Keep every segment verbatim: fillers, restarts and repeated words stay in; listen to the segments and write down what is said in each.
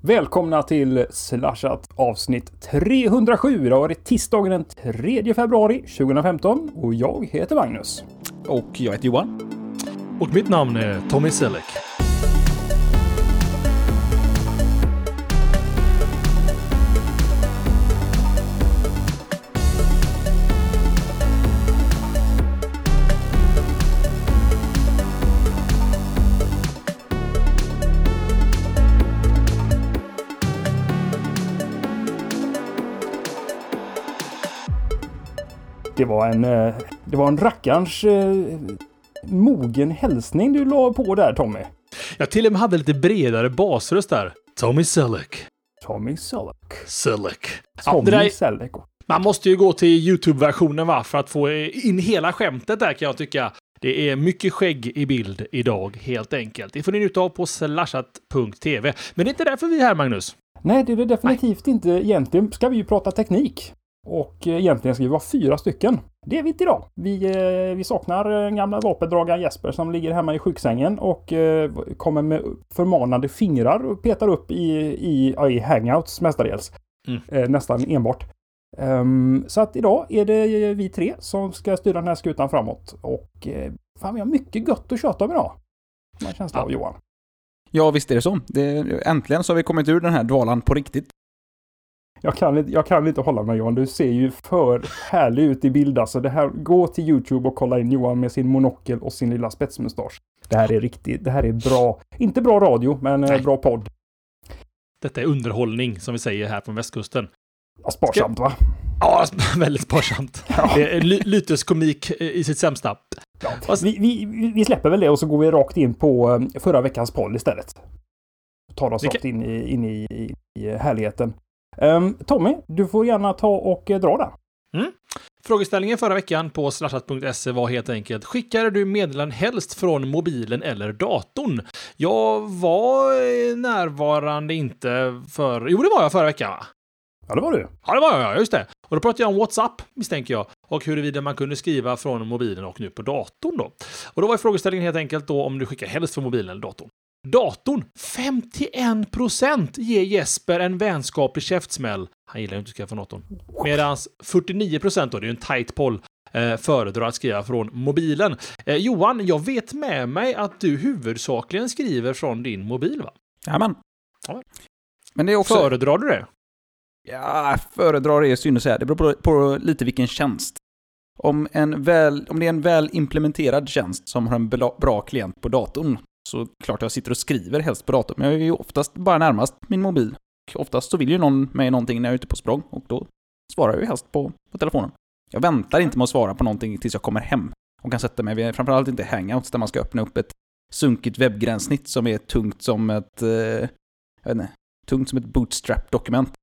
Välkomna till Slashat avsnitt trehundrasju. Det var det tisdagen den tredje februari tjugohundrafemton och jag heter Magnus. Och jag heter Johan. Och mitt namn är Tommy Selleck. Det var en, det var en rackarns eh, mogen hälsning du la på där, Tommy. Jag till och med hade lite bredare basröst där. Tommy Selleck. Tommy Selleck. Selleck. Tommy Ja, det där, Selleck. man måste ju gå till YouTube-versionen va, för att få in hela skämtet där kan jag tycka. Det är mycket skägg i bild idag, helt enkelt. Det får ni njuta av på slashat punkt tv. Men det är inte därför vi är här, Magnus. Nej, det är det definitivt Nej. inte. Egentligen ska vi ju prata teknik. Och egentligen ska vi vara fyra stycken. Det är vi inte idag. Vi, vi saknar en gamla vapendragaren Jesper som ligger hemma i sjuksängen och kommer med förmanande fingrar och petar upp i, i, i hangouts mestadels. Mm. Nästan enbart. Um, så att idag är det vi tre som ska styra den här skutan framåt. Och fan, vi har mycket gött att köta om idag. Man känsla ja. av Johan. Ja, visst är det så. Det, äntligen så har vi kommit ur den här dvalan på riktigt. Jag kan, jag kan inte hålla med Johan. Du ser ju för härlig ut i bild. Alltså det här, gå till YouTube och kolla in Johan med sin monokel och sin lilla spetsmustasch. Det här är riktigt, det här är bra. Inte bra radio, men Nej. bra podd. Detta är underhållning som vi säger här från västkusten. Ja, sparsamt va? Ja, väldigt sparsamt. Ja. Det är lyteskomik i sitt sämsta. Ja. Vi, vi, vi släpper väl det och så går vi rakt in på förra veckans podd istället. Tar oss rakt in, i, in i, i, i härligheten. Um, Tommy, du får gärna ta och uh, dra där. Mm. Frågeställningen förra veckan på slashat punkt se var helt enkelt: skickar du meddelanden helst från mobilen eller datorn? Jag var närvarande inte för... Jo, det var jag förra veckan va? Ja, det var du. Ja, det var jag, just det. Och då pratade jag om WhatsApp, misstänker jag. Och huruvida man kunde skriva från mobilen och nu på datorn då. Och då var frågeställningen helt enkelt då om du skickar helst från mobilen eller datorn. Datorn, femtioen procent ger Jesper en vänskaplig käftsmäll. Han gillar ju inte att skriva från datorn. Medan fyrtionio procent då, det är en tight poll, eh, föredrar att skriva från mobilen. Eh, Johan, jag vet med mig att du huvudsakligen skriver från din mobil va? Jajamän. Ja. Men det är också... Föredrar du det? Ja, föredrar är synd att säga. Det beror på, på lite vilken tjänst. Om, en väl, om det är en väl implementerad tjänst som har en bra, bra klient på datorn, så klart jag sitter och skriver helst på datorn. Men jag är ju oftast bara närmast min mobil. Och oftast så vill ju någon med någonting när jag är ute på språng. Och då svarar jag ju helst på, på telefonen. Jag väntar inte med att svara på någonting tills jag kommer hem. Och kan sätta mig vid, framförallt inte hangouts där man ska öppna upp ett sunkigt webbgränssnitt som är tungt som ett, eh, jag vet inte, tungt som ett bootstrap-dokument.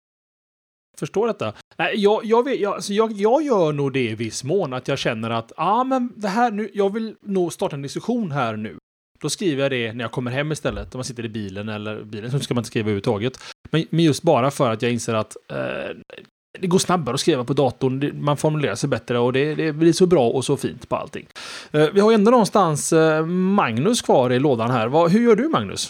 Förstår detta. Nej, jag, jag, vet, jag, alltså jag, jag gör nog det i viss mån att jag känner att ah, men det här nu, jag vill nog starta en diskussion här nu. Då skriver jag det när jag kommer hem istället. Om man sitter i bilen eller bilen så ska man inte skriva överhuvudtaget. Men, men just bara för att jag inser att eh, det går snabbare att skriva på datorn. Det, man formulerar sig bättre och det, det blir så bra och så fint på allting. Eh, vi har ändå någonstans eh, Magnus kvar i lådan här. Vad, hur gör du Magnus?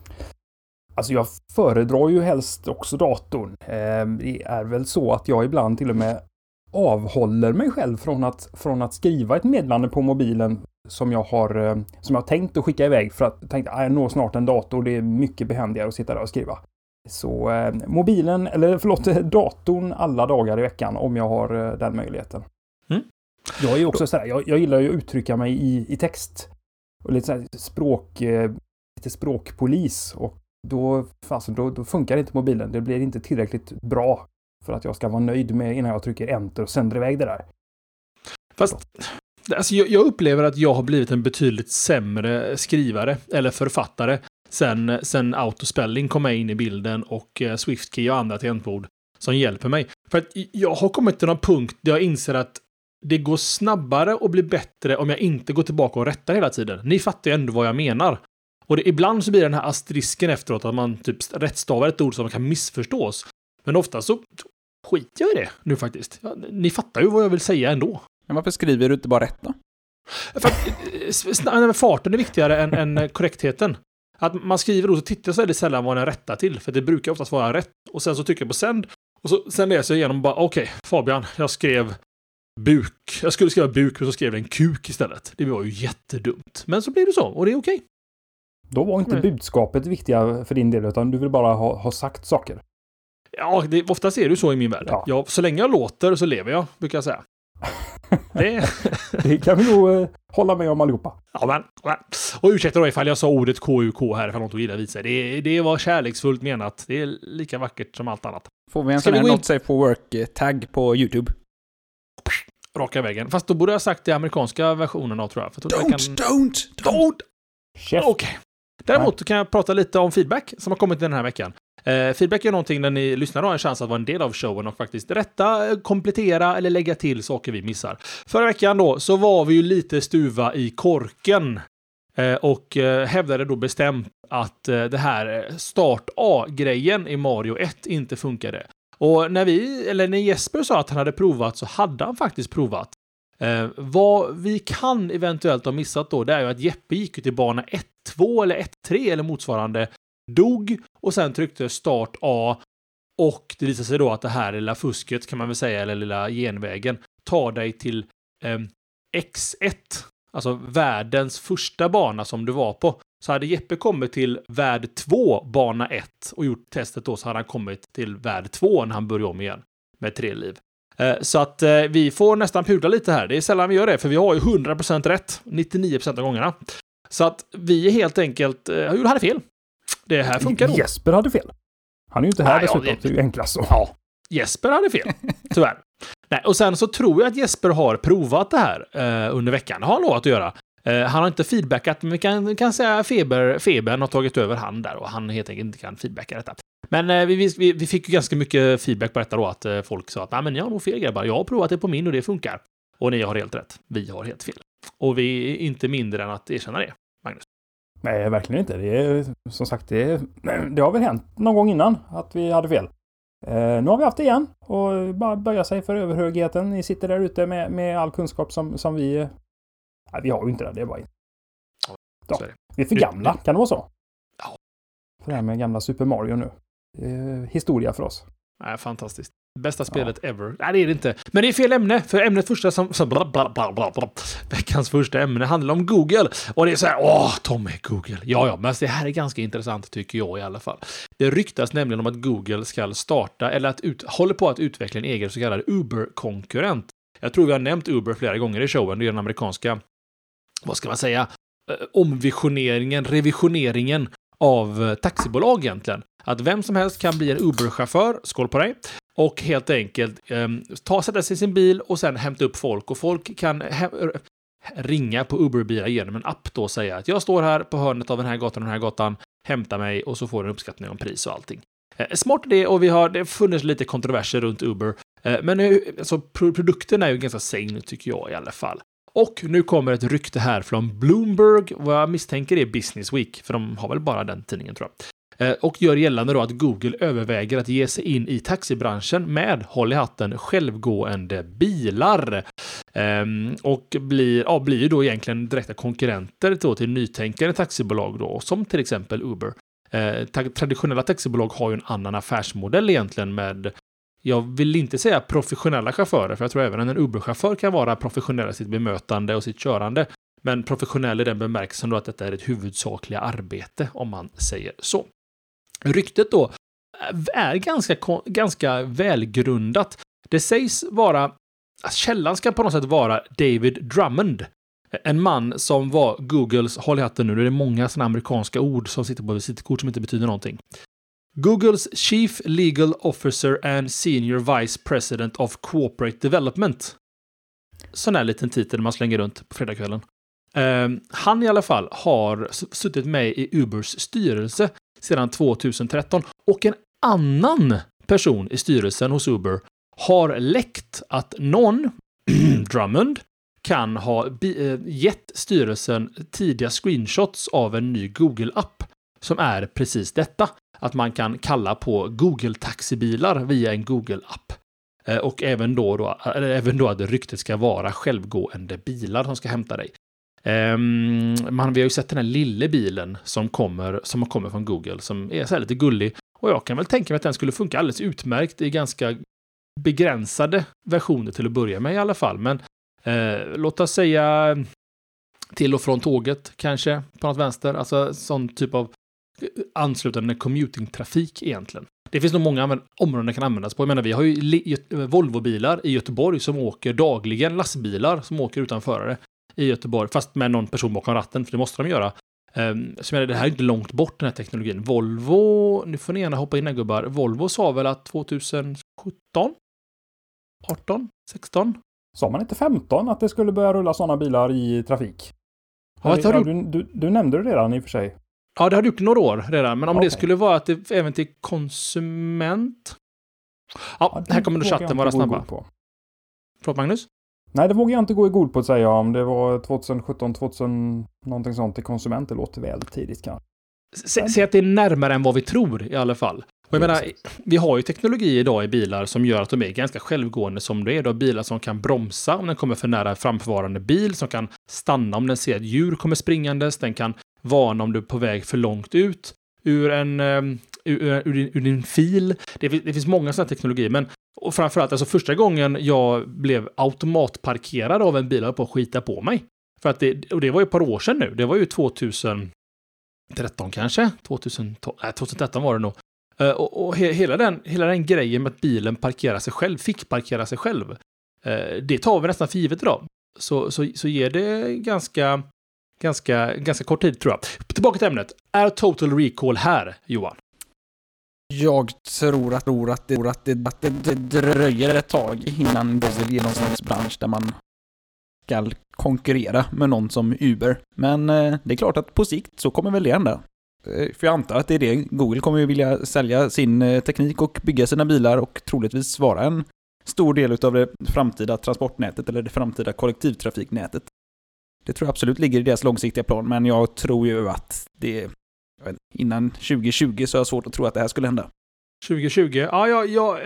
Alltså jag föredrar ju helst också datorn. Det är väl så att jag ibland till och med avhåller mig själv från att, från att skriva ett meddelande på mobilen som jag har, som jag har tänkt att skicka iväg för att jag tänkte att jag når snart en dator. Det är mycket behändigare att sitta där och skriva. Så eh, mobilen, eller förlåt, datorn alla dagar i veckan om jag har eh, den möjligheten. Mm. Jag är ju också sådär, jag, jag gillar ju att uttrycka mig i, i text. Och lite sådär språk, eh, lite språkpolis och Då, alltså, då, då funkar inte mobilen. Det blir inte tillräckligt bra för att jag ska vara nöjd med innan jag trycker enter och sänder iväg det där. Fast alltså, jag, jag upplever att jag har blivit en betydligt sämre skrivare eller författare sen, sen autospelling kom in i bilden och eh, SwiftKey och andra tangentbord som hjälper mig. För att jag har kommit till någon punkt där jag inser att det går snabbare och blir bättre om jag inte går tillbaka och rättar hela tiden. Ni fattar ju ändå vad jag menar. Och det, ibland så blir den här asterisken efteråt att man typ rättstavar ett ord som kan missförstås. Men ofta så skiter jag i det nu faktiskt. Ja, ni fattar ju vad jag vill säga ändå. Men varför skriver du inte bara rätt då? För att, farten är viktigare än, än korrektheten. Att man skriver och så tittar så är det sällan vad den rättar till. För det brukar oftast vara rätt. Och sen så trycker jag på sänd. Och så, sen läser jag igenom bara, okej, okay, Fabian, jag skrev buk. Jag skulle skriva buk, men så skrev jag en kuk istället. Det var ju jättedumt. Men så blir det så, och det är okej. Okay. Då var inte mm. budskapet viktiga för din del, utan du vill bara ha, ha sagt saker. Ja, det, oftast är det ju så i min värld. Ja. Jag, så länge jag låter så lever jag, brukar jag säga. Det, det kan vi nog uh, hålla med om allihopa. Ja, men, men. Och ursäkta då ifall jag sa ordet K U K här, ifall något tog illa vid sig. Det, det var kärleksfullt menat. Det är lika vackert som allt annat. Får vi en sån här Not Safe for Work-tagg på YouTube? Raka vägen. Fast då borde jag ha sagt det amerikanska versionen av, tror jag. För don't, jag kan... don't, don't! Okej. Okay. Däremot Nej. kan jag prata lite om feedback som har kommit den här veckan. Eh, feedback är någonting där ni lyssnar och har en chans att vara en del av showen och faktiskt rätta, komplettera eller lägga till saker vi missar. Förra veckan då så var vi ju lite stuva i korken eh, och eh, hävdade då bestämt att eh, det här start A-grejen i Mario ett inte funkade. Och när vi, eller när Jesper sa att han hade provat så hade han faktiskt provat. Eh, vad vi kan eventuellt ha missat då, det är ju att Jeppe gick till bana ett två eller ett tre eller motsvarande, dog och sen tryckte start A och det visade sig då att det här lilla fusket kan man väl säga, eller lilla genvägen, tar dig till eh, X ett, alltså världens första bana som du var på. Så hade Jeppe kommit till värld två, bana ett och gjort testet då, så hade han kommit till värld två när han började om igen med tre liv. Eh, så att eh, vi får nästan pudla lite här. Det är sällan vi gör det, för vi har ju hundra procent rätt nittionio procent av gångerna. Så att vi helt enkelt eh, hade fel. Det här funkar nog. Jesper hade fel. Han är ju inte här Nej, dessutom, ja, det är ju enklast så. Ja, Jesper hade fel, tyvärr. Nej, och sen så tror jag att Jesper har provat det här eh, under veckan. Det har han lovat att göra. Eh, han har inte feedbackat, men vi kan, kan säga feber, febern har tagit över han där och han helt enkelt inte kan feedbacka detta. Men eh, vi, vi, vi fick ju ganska mycket feedback på detta då, att eh, folk sa att nej, men jag har nog fel grabbar. Jag har provat det på min och det funkar. Och ni har helt rätt. Vi har helt fel. Och vi är inte mindre än att erkänna det, Magnus. Nej, verkligen inte. Det är, som sagt, det, är, det har väl hänt någon gång innan att vi hade fel. Eh, nu har vi haft det igen och bara böja sig för överhögheten. Ni sitter där ute med, med all kunskap som, som vi... Nej, vi har ju inte det. Det är bara inte. Ja, så är det. Vi är för gamla, kan det vara så? Ja. För det här med gamla Super Mario nu. Det är historia för oss. Nej, fantastiskt. Bästa spelet ja. ever. Nej, det är det inte. Men det är fel ämne. För ämnet första som... som bla, bla, bla, bla, bla. Veckans första ämne handlar om Google. Och det är så här, åh, Tommy, Google. Ja, ja, men det här är ganska intressant tycker jag i alla fall. Det ryktas nämligen om att Google ska starta, eller att ut, håller på att utveckla en egen så kallad Uber-konkurrent. Jag tror vi har nämnt Uber flera gånger i showen. Det är den amerikanska, vad ska man säga, omvisioneringen, revisioneringen av taxibolag egentligen. Att vem som helst kan bli en Uber-chaufför, skål på dig, och helt enkelt eh, ta sätta sig i sin bil och sen hämta upp folk. Och folk kan he- ringa på Uber-bilar genom en app då och säga att jag står här på hörnet av den här gatan och den här gatan, hämta mig och så får du en uppskattning om pris och allting. Eh, smart det, och vi har, det funnits lite kontroverser runt Uber. Eh, men nu, alltså, produkten är ju ganska sane tycker jag i alla fall. Och nu kommer ett rykte här från Bloomberg, vad jag misstänker är Business Week, för de har väl bara den tidningen tror jag. Och gör gällande då att Google överväger att ge sig in i taxibranschen med, håll i hatten, självgående bilar. Ehm, och blir, ja, blir ju då egentligen direkta konkurrenter då till nytänkande taxibolag då, som till exempel Uber. Ehm, ta- traditionella taxibolag har ju en annan affärsmodell egentligen med, jag vill inte säga professionella chaufförer, för jag tror även en Uber-chaufför kan vara professionell i sitt bemötande och sitt körande. Men professionell i den bemärkelsen då att detta är ett huvudsakliga arbete, om man säger så. Ryktet då är ganska, ganska välgrundat. Det sägs vara, källan ska på något sätt vara David Drummond. En man som var Googles, håll i hatten nu, det är många sådana amerikanska ord som sitter på visitkort som inte betyder någonting. Googles Chief Legal Officer and Senior Vice President of Corporate Development. Sån här liten titel man slänger runt på fredagskvällen. Uh, han i alla fall har suttit med i Ubers styrelse sedan tjugohundratretton och en annan person i styrelsen hos Uber har läckt att någon, Drummond, kan ha bi- gett styrelsen tidiga screenshots av en ny Google-app som är precis detta. Att man kan kalla på Google-taxibilar via en Google-app. Uh, och även då, då, eller även då att ryktet ska vara självgående bilar som ska hämta dig. Um, man, vi har ju sett den här lilla bilen som kommer, som kommer från Google, som är så här lite gullig. Och jag kan väl tänka mig att den skulle funka alldeles utmärkt i ganska begränsade versioner till att börja med i alla fall. Men eh, låt oss säga till och från tåget kanske på något vänster. Alltså sån typ av anslutande commuting-trafik egentligen. Det finns nog många områden det kan användas på. Jag menar, vi har ju Volvo-bilar i Göteborg som åker dagligen, lastbilar som åker utan förare i Göteborg, fast med någon person bakom ratten, för det måste de göra. Um, så jag menar, det här är inte långt bort, den här teknologin. Volvo, nu får ni gärna hoppa in här gubbar, Volvo sa väl att tjugosjutton? arton? sexton? Sa man inte femton att det skulle börja rulla sådana bilar i trafik? Ja, ja, du... Du, du, du nämnde det redan i och för sig. Ja, det har du gjort några år redan. Men om okay. det skulle vara att det även till konsument... Ja, ja här kommer nu chatten vara snabba. Förlåt, Magnus? Nej, det vågar jag inte gå i god på att säga om det var tjugosjutton, tvåtusen någonting sånt till konsument. Det låter väl tidigt kanske. Säg att det är närmare än vad vi tror i alla fall. Och jag menar, vi har ju teknologi idag i bilar som gör att de är ganska självgående som det är. Du har bilar som kan bromsa om den kommer för nära framförvarande bil, som kan stanna om den ser att djur kommer springandes, den kan varna om du är på väg för långt ut ur en um, ur, ur, din, ur din fil. Det, det finns många sådana teknologier, men och framförallt, alltså första gången jag blev automatparkerad av en bil på att skita på mig. För att det, och det var ju ett par år sedan nu. Det var ju tjugotretton kanske. tjugotolv, nej, tjugotretton var det nog. Uh, och och he, hela, den, hela den grejen med att bilen parkerar sig själv, fick parkera sig själv. Uh, det tar vi nästan för givet idag. Så, så, så ger det ganska, ganska, ganska kort tid, tror jag. Tillbaka till ämnet. Är Total Recall här, Johan? Jag tror att, tror att, det, att, det, att det, det dröjer ett tag innan Google ger någon slags bransch där man ska konkurrera med någon som Uber. Men eh, det är klart att på sikt så kommer väl det hända. Eh, för jag antar att det är det. Google kommer ju vilja sälja sin eh, teknik och bygga sina bilar och troligtvis vara en stor del av det framtida transportnätet eller det framtida kollektivtrafiknätet. Det tror jag absolut ligger i deras långsiktiga plan, men jag tror ju att det innan tjugo tjugo så är det svårt att tro att det här skulle hända. tjugo tjugo? Ja, ja, ja.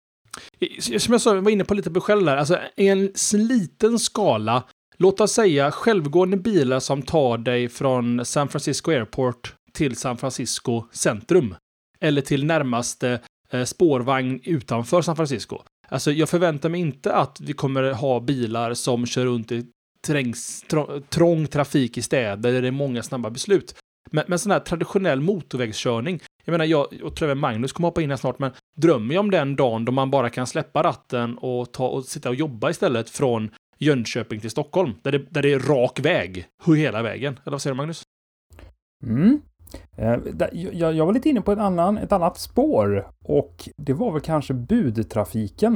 Som jag sa, jag var inne på lite på själv där. Alltså, en liten skala. Låt oss säga självgående bilar som tar dig från San Francisco Airport till San Francisco centrum. Eller till närmaste eh, spårvagn utanför San Francisco. Alltså, jag förväntar mig inte att vi kommer ha bilar som kör runt i trängs, trång, trång trafik i städer där det är många snabba beslut. Men, men sån här traditionell motorvägskörning, jag menar, jag och tror även Magnus kommer hoppa in här snart, men drömmer jag om den dagen då man bara kan släppa ratten och, ta, och sitta och jobba istället från Jönköping till Stockholm, där det, där det är rak väg, hur hela vägen. Eller vad säger du, Magnus? Mm. Eh, jag, jag var lite inne på ett, annan, ett annat spår, och det var väl kanske budtrafiken.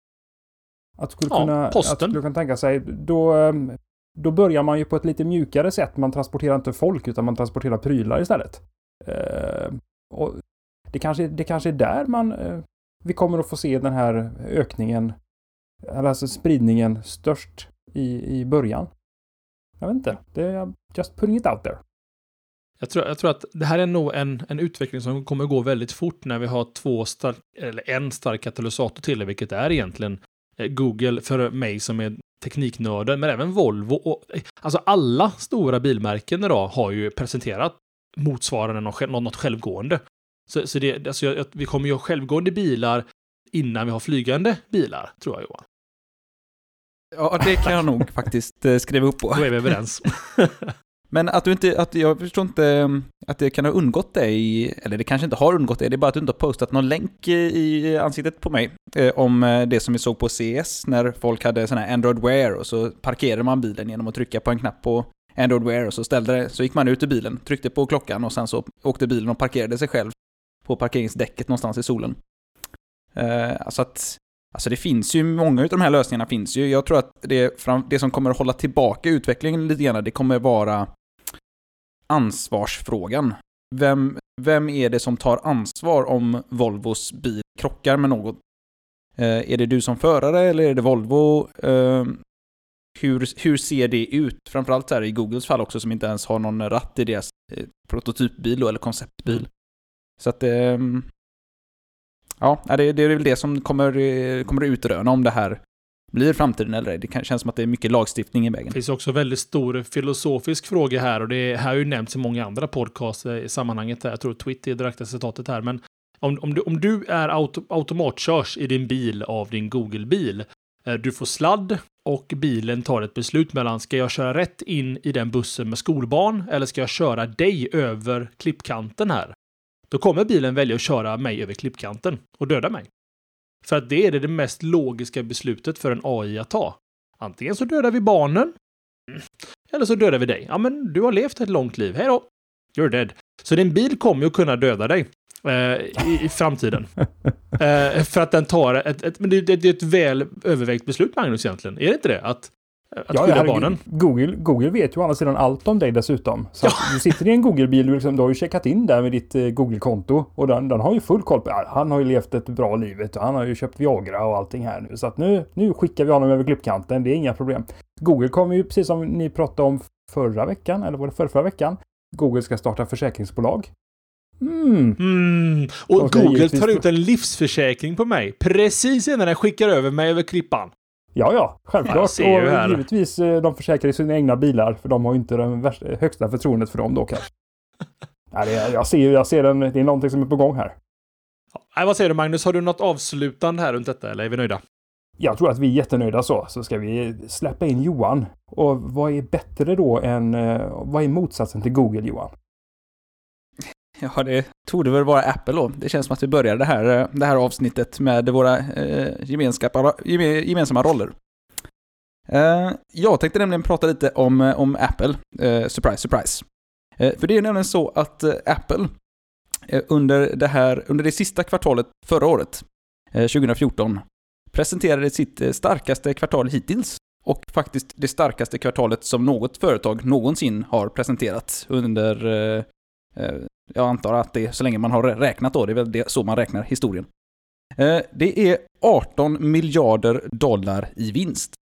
Att skulle ja, kunna, posten. Att skulle kunna tänka sig, då... Då börjar man ju på ett lite mjukare sätt. Man transporterar inte folk utan man transporterar prylar istället. Eh, och det, kanske, det kanske är där man eh, vi kommer att få se den här ökningen, alltså spridningen störst i, i början. Jag vet inte. Det är just putting it out there. Jag tror, jag tror att det här är nog en, en utveckling som kommer gå väldigt fort när vi har två stark, eller en stark katalysator till, vilket är egentligen Google för mig som är tekniknörden, men även Volvo och alltså alla stora bilmärken idag har ju presenterat motsvarande något, något självgående. Så, så det, alltså jag, vi kommer ju ha självgående bilar innan vi har flygande bilar, tror jag, Johan. Ja, det kan jag nog faktiskt skriva upp på. Då är vi överens. Men att du inte, att jag förstår inte att det kan ha undgått dig, eller det kanske inte har undgått dig, det är bara att du inte har postat någon länk i ansiktet på mig eh, om det som vi såg på C S när folk hade sån här Android Wear och så parkerade man bilen genom att trycka på en knapp på Android Wear och så ställde det, så gick man ut ur bilen, tryckte på klockan och sen så åkte bilen och parkerade sig själv på parkeringsdäcket någonstans i solen. Eh, alltså att Alltså det finns ju, många av de här lösningarna finns ju. Jag tror att det, fram, det som kommer att hålla tillbaka utvecklingen lite grann, det kommer vara ansvarsfrågan. Vem, vem är det som tar ansvar om Volvos bil krockar med något? Eh, är det du som förare eller är det Volvo? Eh, hur, hur ser det ut? Framförallt här i Googles fall också, som inte ens har någon ratt i deras eh, prototypbil då, eller konceptbil. Mm. Så att eh, ja, det, det är väl det som kommer, kommer att utröna om det här blir framtiden eller ej. Det kan, känns som att det är mycket lagstiftning i vägen. Det finns också en väldigt stor filosofisk fråga här, och det här har ju nämnts i många andra podcasts i sammanhanget. Här. Jag tror Twitter är direkta citatet här, men om, om, du, om du är auto, automatkörs i din bil av din Google-bil, du får sladd och bilen tar ett beslut mellan, ska jag köra rätt in i den bussen med skolbarn eller ska jag köra dig över klippkanten här? Då kommer bilen välja att köra mig över klippkanten och döda mig. För att det är det mest logiska beslutet för en A I att ta. Antingen så dödar vi barnen, eller så dödar vi dig. Ja, men du har levt ett långt liv. Hej då! You're dead. Så din bil kommer ju att kunna döda dig eh, i, i framtiden. eh, för att den tar ett, ett, men det, det, det är ett väl övervägt beslut, Magnus, egentligen. Är det inte det? Att, att ja, skydda ja, barnen? Google, Google vet ju å andra sidan allt om dig dessutom. Så att du sitter i en Google-bil, du, liksom, du har ju checkat in där med ditt eh, Google-konto. Och den, den har ju full koll på, ja, han har ju levt ett bra liv. Och han har ju köpt Viagra och allting här nu. Så att nu, nu skickar vi honom över klippkanten, det är inga problem. Google kommer ju, precis som ni pratade om förra veckan, eller var det förra, förra veckan, Google ska starta försäkringsbolag. Mm. Mm. Och Google tar ut en livsförsäkring på mig precis innan den skickar över mig över klippan. Ja, ja, självklart. Ja, och givetvis de försäkrar i sina egna bilar, för de har ju inte det värsta, högsta förtroendet för dem då kanske. Ja, det är, jag ser, jag ser en, det är någonting som är på gång här. Ja, vad säger du, Magnus? Har du något avslutande här runt detta, eller är vi nöjda? Jag tror att vi är jättenöjda så. Så ska vi släppa in Johan. Och vad är bättre då än, vad är motsatsen till Google, Johan? Ja, det torde väl vara Apple då. Det känns som att vi börjar det här, det här avsnittet med våra eh, gemensamma, gemensamma roller. Eh, jag tänkte nämligen prata lite om, om Apple. Eh, surprise, surprise. Eh, för det är nämligen så att eh, Apple eh, under, det här, under det sista kvartalet förra året, eh, tjugo fjorton, presenterade sitt eh, starkaste kvartal hittills. Och faktiskt det starkaste kvartalet som något företag någonsin har presenterat under... Eh, eh, Jag antar att det är så länge man har räknat då, det är väl det, så man räknar historien. Eh, det är arton miljarder dollar i vinst.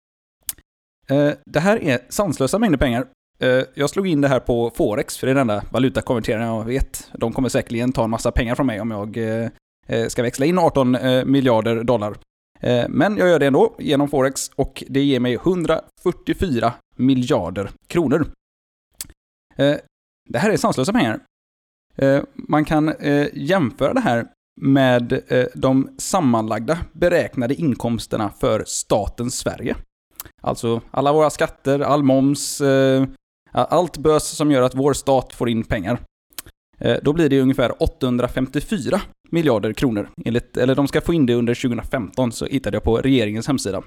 Eh, det här är sanslösa mängder pengar. Eh, jag slog in det här på Forex, för det är den enda valutakonverteringen jag vet. De kommer säkerligen ta en massa pengar från mig om jag eh, ska växla in arton eh, miljarder dollar. Eh, men jag gör det ändå genom Forex och det ger mig hundrafyrtiofyra miljarder kronor. Eh, det här är sanslösa pengar. Man kan jämföra det här med de sammanlagda beräknade inkomsterna för staten Sverige. Alltså alla våra skatter, all moms, allt bös som gör att vår stat får in pengar. Då blir det ungefär åttahundrafemtiofyra miljarder kronor. Enligt, eller de ska få in det under tjugo femton, så hittade jag på regeringens hemsida.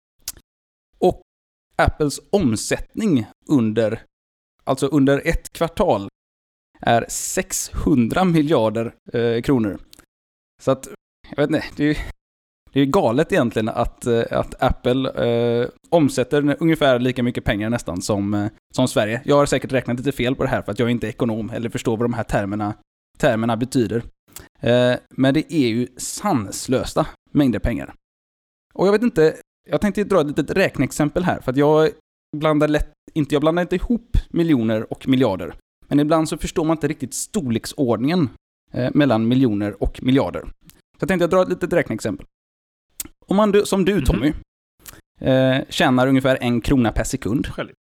Och Apples omsättning under, alltså under ett kvartal är sexhundra miljarder eh, kronor. Så att, jag vet inte, det är, det är galet egentligen att, att Apple eh, omsätter ungefär lika mycket pengar nästan som, eh, som Sverige. Jag har säkert räknat lite fel på det här för att jag inte är ekonom eller förstår vad de här termerna, termerna betyder. Eh, men det är ju sanslösa mängder pengar. Och jag vet inte, jag tänkte dra ett litet räkneexempel här för att jag blandar lätt, inte, jag blandar inte ihop miljoner och miljarder. Men ibland så förstår man inte riktigt storleksordningen eh, mellan miljoner och miljarder. Så jag tänkte jag dra ett litet räkneexempel. Om man som du, Tommy, eh, tjänar ungefär en krona per sekund.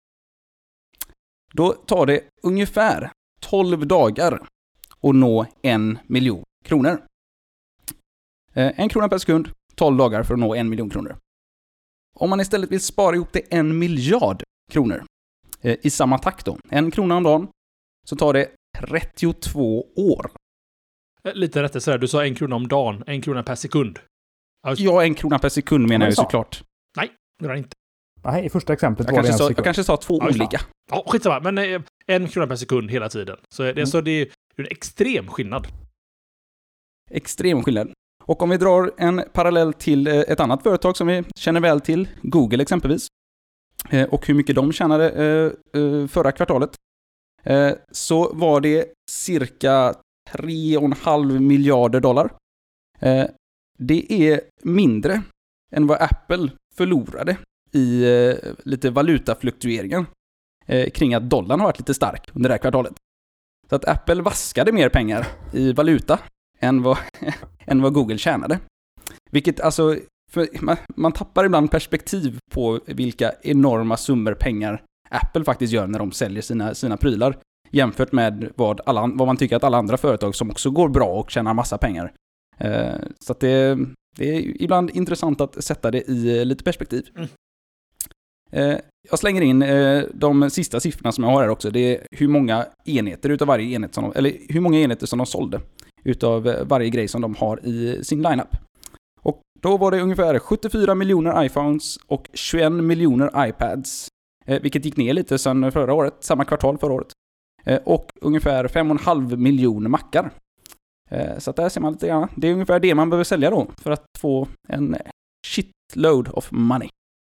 Då tar det ungefär tolv dagar att nå en miljon kronor. Eh, en krona per sekund, tolv dagar för att nå en miljon kronor. Om man istället vill spara ihop till en miljard kronor eh, i samma takt då, en krona om dagen, så tar det trettiotvå år. Lite rättare, du sa en krona om dagen, en krona per sekund. Alltså... Ja, en krona per sekund menar jag såklart. Nej, det är inte. Nej, i första exemplet jag var det en sa, sekund. Jag kanske sa två ja, olika. Ja, skitsamma. Men eh, en krona per sekund hela tiden. Så det, mm. så det är en extrem skillnad. Extrem skillnad. Och om vi drar en parallell till eh, ett annat företag som vi känner väl till, Google exempelvis. Eh, och hur mycket de tjänade eh, eh, förra kvartalet. Eh, så var det cirka tre komma fem miljarder dollar. Eh, det är mindre än vad Apple förlorade i eh, lite valutafluktueringar eh, kring att dollarn har varit lite stark under det här kvartalet. Så att Apple vaskade mer pengar i valuta än vad, än vad Google tjänade. Vilket alltså För man, man tappar ibland perspektiv på vilka enorma summor pengar Apple faktiskt gör när de säljer sina, sina prylar. Jämfört med vad, alla, vad man tycker att alla andra företag som också går bra och tjänar massa pengar. Eh, så att det, det är ibland intressant att sätta det i lite perspektiv. Mm. Eh, jag slänger in eh, de sista siffrorna som jag har här också. Det är hur många enheter utav varje enhet som de, eller hur många enheter som de sålde utav varje grej som de har i sin lineup. Och då var det ungefär sjuttiofyra miljoner iPhones och tjugoett miljoner iPads. Eh, vilket gick ner lite sedan förra året, samma kvartal förra året. Eh, och ungefär fem och en halv miljoner mackar. Eh, så att där ser man lite grann. Det är ungefär det man behöver sälja då för att få en shitload of money.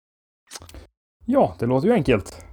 Ja, det låter ju enkelt.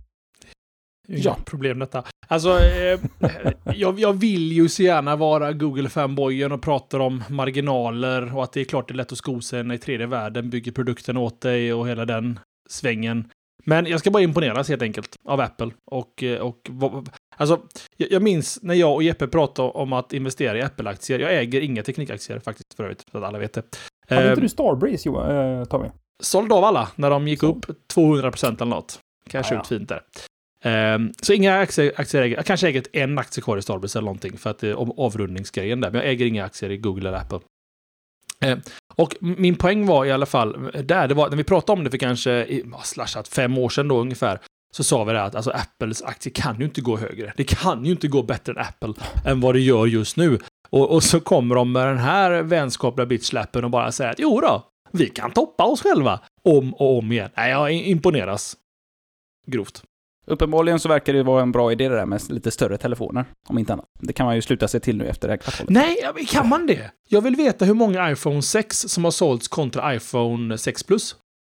Ja, problem detta. Alltså, eh, jag, jag vill ju så gärna vara Google-fanboyen och prata om marginaler och att det är klart det är lätt att sko sig när i tredje världen bygger produkten åt dig och hela den svängen. Men jag ska bara imponeras helt enkelt av Apple. Och, och alltså, jag minns när jag och Jeppe pratade om att investera i Apple-aktier. Jag äger inga teknikaktier faktiskt för övrigt, så att alla vet det. Hade inte du Starbreeze, Johan, äh, Tommy? Sålde av alla när de gick så. upp tvåhundra procent eller något. Kanske ja, ut fint där. Um, så inga aktier, aktier äger. Jag kanske äger en aktie kvar i Starbreeze eller någonting för att det är om avrundningsgrejen där. Men jag äger inga aktier i Google eller Apple. Um, och min poäng var i alla fall där, det var när vi pratade om det för kanske slashat fem år sedan då ungefär, så sa vi det att alltså, Apples aktie kan ju inte gå högre. Det kan ju inte gå bättre än Apple än vad det gör just nu. Och, och så kommer de med den här vänskapliga bitchlappen och bara säger att jo då, vi kan toppa oss själva om och om igen. Nej, jag imponeras grovt. Uppenbarligen så verkar det vara en bra idé det där med lite större telefoner, om inte annat. Det kan man ju sluta sig till nu efter det här kvartalet. Nej, kan man det? Jag vill veta hur många iPhone sex som har sålts kontra iPhone sex Plus.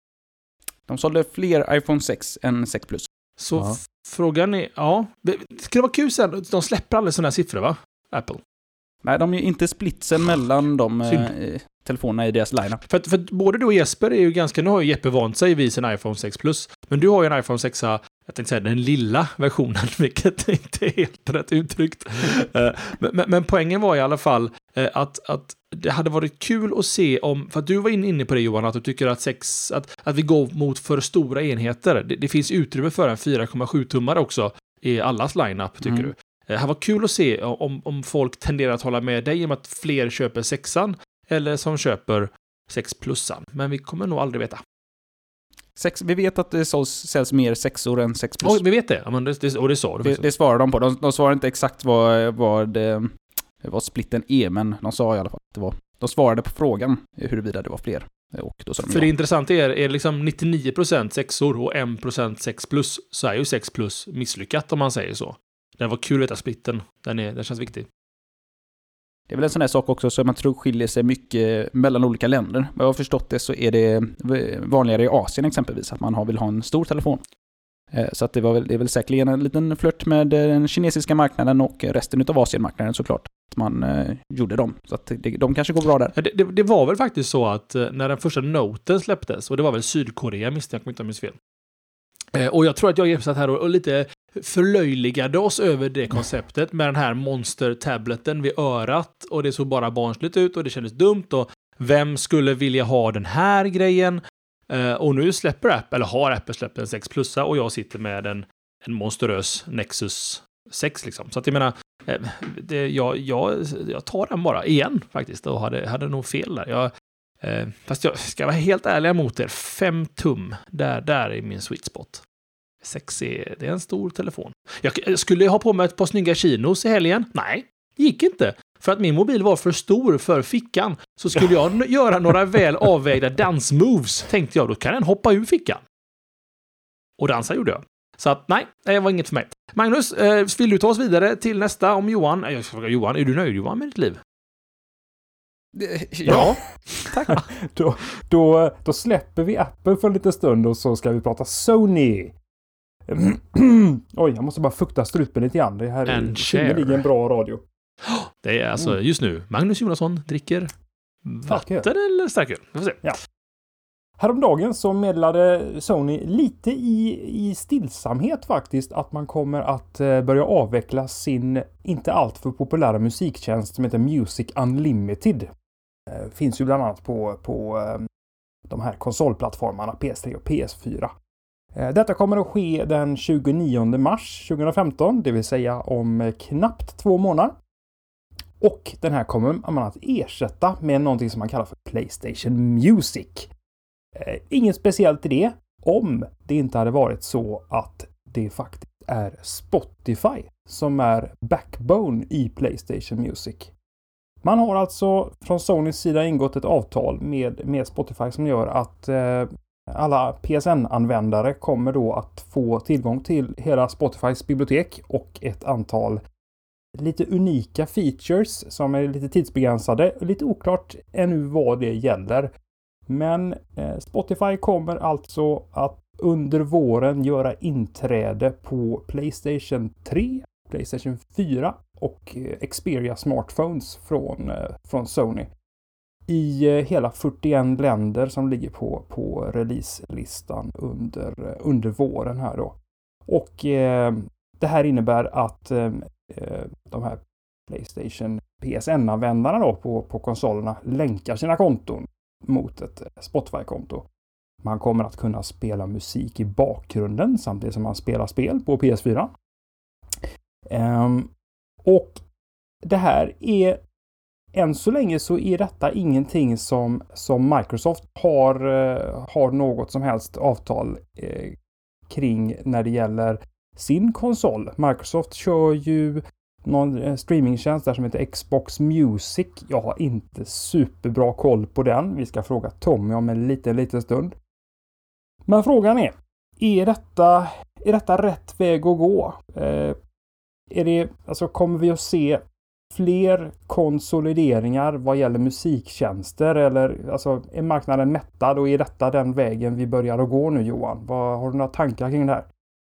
De sålde fler iPhone sex än sex Plus. Så ja. f- frågan är, ja. Ska det vara kul sen? De släpper alla sådana här siffror, va? Apple. Nej, de är ju inte splitsen mellan de eh, telefonerna i deras lineup. För, för både du och Jesper är ju ganska, nu har ju Jeppe vant sig vid sin iPhone sex Plus. Men du har ju en iPhone sex, jag tänkte säga den lilla versionen, vilket inte är helt rätt uttryckt. uh, men, men poängen var i alla fall uh, att, att det hade varit kul att se om, för att du var inne på det Johan, att du tycker att, sex, att, att vi går mot för stora enheter. Det, det finns utrymme för en fyra komma sju tummare också i allas lineup, tycker mm. du. Det här var kul att se om, om folk tenderar att hålla med dig om att fler köper sexan eller som köper sex plusan. Men vi kommer nog aldrig veta. Sex, vi vet att det såls, säljs mer sexor än sex plus. Oh, vi vet det. Ja, men det, det, och det sa det, det svarar de på. De, de svarar inte exakt vad, vad, det, vad splitten är, men de sa i alla fall att det var. De svarade på frågan huruvida det var fler. Och då sa de För ja. det intressanta är, är det liksom nittionio procent sexor och en procent sex plus, så är ju sex plus misslyckat om man säger så. Det var kul att veta splitten. Den, är, den känns viktig. Det är väl en sån här sak också som man tror skiljer sig mycket mellan olika länder. Vad jag har förstått det så är det vanligare i Asien exempelvis att man vill ha en stor telefon. Så att det, var väl, det är väl säkerligen en liten flört med den kinesiska marknaden och resten av Asienmarknaden såklart. Att man eh, gjorde dem. Så att det, de kanske går bra där. Det, det, det var väl faktiskt så att när den första Noten släpptes, och det var väl Sydkorea misstänkt, om jag inte minns fel. Eh, och jag tror att jag satt här och, och lite förlöjligade oss över det konceptet med den här monster-tableten vid örat, och det såg bara barnsligt ut och det kändes dumt, och vem skulle vilja ha den här grejen? Uh, och nu släpper Apple, eller har Apple släppt en sex plusa, och jag sitter med en, en monsterös Nexus sex liksom. Så att jag menar, eh, det, jag, jag, jag tar den bara igen faktiskt, och hade, hade nog fel där. Jag, eh, fast jag ska vara helt ärlig mot er, fem tum, där, där är min sweet spot. sex är, det är en stor telefon. Jag, jag skulle ha på mig ett par snygga chinos i helgen. Nej, gick inte. För att min mobil var för stor för fickan, så skulle jag göra några väl avvägda dansmoves. Tänkte jag, då kan den hoppa ur fickan. Och dansa gjorde jag. Så att nej, det var inget för mig. Magnus, eh, vill du ta oss vidare till nästa om Johan? Jag ska fråga Johan, är du nöjd Johan med ditt liv? Ja, tack. då, då, då släpper vi Apple för en liten stund och så ska vi prata Sony. Oj, jag måste bara fukta strupen lite grann. Det här är synnerligen bra radio. Det är alltså just nu Magnus Jonasson dricker vatten eller starköl. Vi får se. Ja. Häromdagen så meddelade Sony lite i, i stillsamhet faktiskt att man kommer att börja avveckla sin inte alltför populära musiktjänst som heter Music Unlimited. Finns ju bland annat på, på de här konsolplattformarna P S tre och P S fyra. Detta kommer att ske den tjugonionde mars tjugohundrafemton, det vill säga om knappt två månader. Och den här kommer man att ersätta med någonting som man kallar för PlayStation Music. Inget speciellt i det, om det inte hade varit så att det faktiskt är Spotify som är backbone i PlayStation Music. Man har alltså från Sonys sida ingått ett avtal med, med Spotify som gör att eh, alla P S N-användare kommer då att få tillgång till hela Spotifys bibliotek och ett antal lite unika features som är lite tidsbegränsade. Lite oklart ännu vad det gäller. Men eh, Spotify kommer alltså att under våren göra inträde på PlayStation tre, PlayStation fyra och eh, Xperia smartphones från, eh, från Sony. I eh, hela fyrtioen länder som ligger på, på releaselistan under, under våren här då. Och eh, det här innebär att eh, de här PlayStation P S N-användarna då på, på konsolerna länkar sina konton mot ett Spotify-konto. Man kommer att kunna spela musik i bakgrunden samtidigt som man spelar spel på P S fyra. Um, och det här är, än så länge så är detta ingenting som, som Microsoft har, har något som helst avtal eh, kring när det gäller sin konsol. Microsoft kör ju någon streamingtjänst där som heter Xbox Music. Jag har inte superbra koll på den. Vi ska fråga Tommy om en liten, liten stund. Men frågan är, är detta, är detta rätt väg att gå? Eh, är det, alltså kommer vi att se fler konsolideringar vad gäller musiktjänster? Eller alltså, är marknaden mättad och är detta den vägen vi börjar att gå nu, Johan? Vad, har du några tankar kring det här?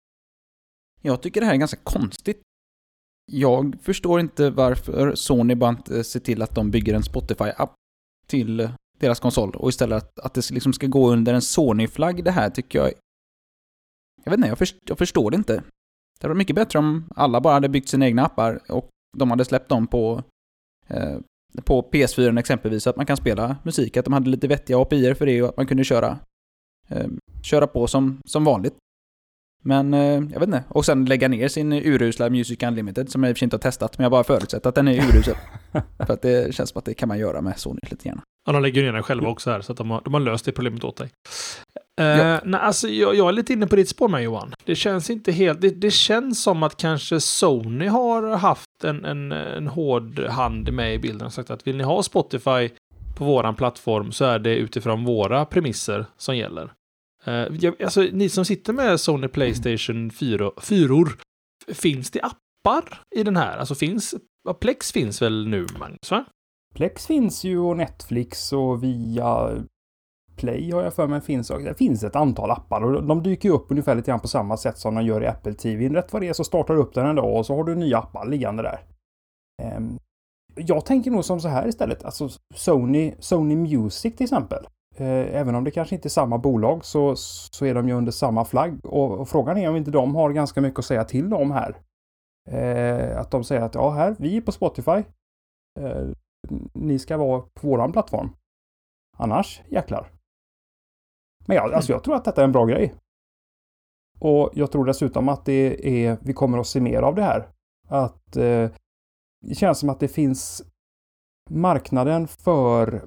Jag tycker det här är ganska konstigt. Jag förstår inte varför Sony bara inte ser till att de bygger en Spotify-app till deras konsol och istället att, att det liksom ska gå under en Sony-flagg. Det här tycker jag... Jag vet inte, jag, först, jag förstår det inte. Det var mycket bättre om alla bara hade byggt sina egna appar och de hade släppt dem på, eh, på P S fyra exempelvis, så att man kan spela musik, att de hade lite vettiga A P I för det och att man kunde köra, eh, köra på som, som vanligt. Men eh, jag vet inte. Och sen lägga ner sin urusla Music Unlimited som jag i och för sig inte har testat, men jag bara förutsätter att den är urusel. För att det känns som att det kan man göra med Sony lite grann. Ja, de lägger ner den själva också här, så att de har, de har löst det problemet åt dig. Uh, ja. nej, alltså, jag, jag är lite inne på ditt spår med, Johan. Det känns inte helt... Det, det känns som att kanske Sony har haft en, en, en hård hand med i bilden och sagt att vill ni ha Spotify på våran plattform så är det utifrån våra premisser som gäller. Uh, jag, alltså, ni som sitter med Sony PlayStation fyra, fyror, finns det appar i den här? Alltså finns... Plex finns väl nu, Magnus, va? Plex finns ju och Netflix och via Play har jag för mig finns också. Det finns ett antal appar och de dyker ju upp ungefär lite grann på samma sätt som de gör i Apple T V. Rätt vad det är så startar du upp den en dag och så har du nya appar liggande där. Um, jag tänker nog som så här istället. Alltså Sony, Sony Music till exempel. Uh, även om det kanske inte är samma bolag så, så är de ju under samma flagg. Och, och frågan är om inte de har ganska mycket att säga till om här. Uh, att de säger att ja, här, vi är på Spotify. Uh, ni ska vara på våran plattform. Annars, jäklar. Men ja, alltså jag tror att detta är en bra grej. Och jag tror dessutom att det är, vi kommer att se mer av det här. Att eh, det känns som att det finns marknaden för...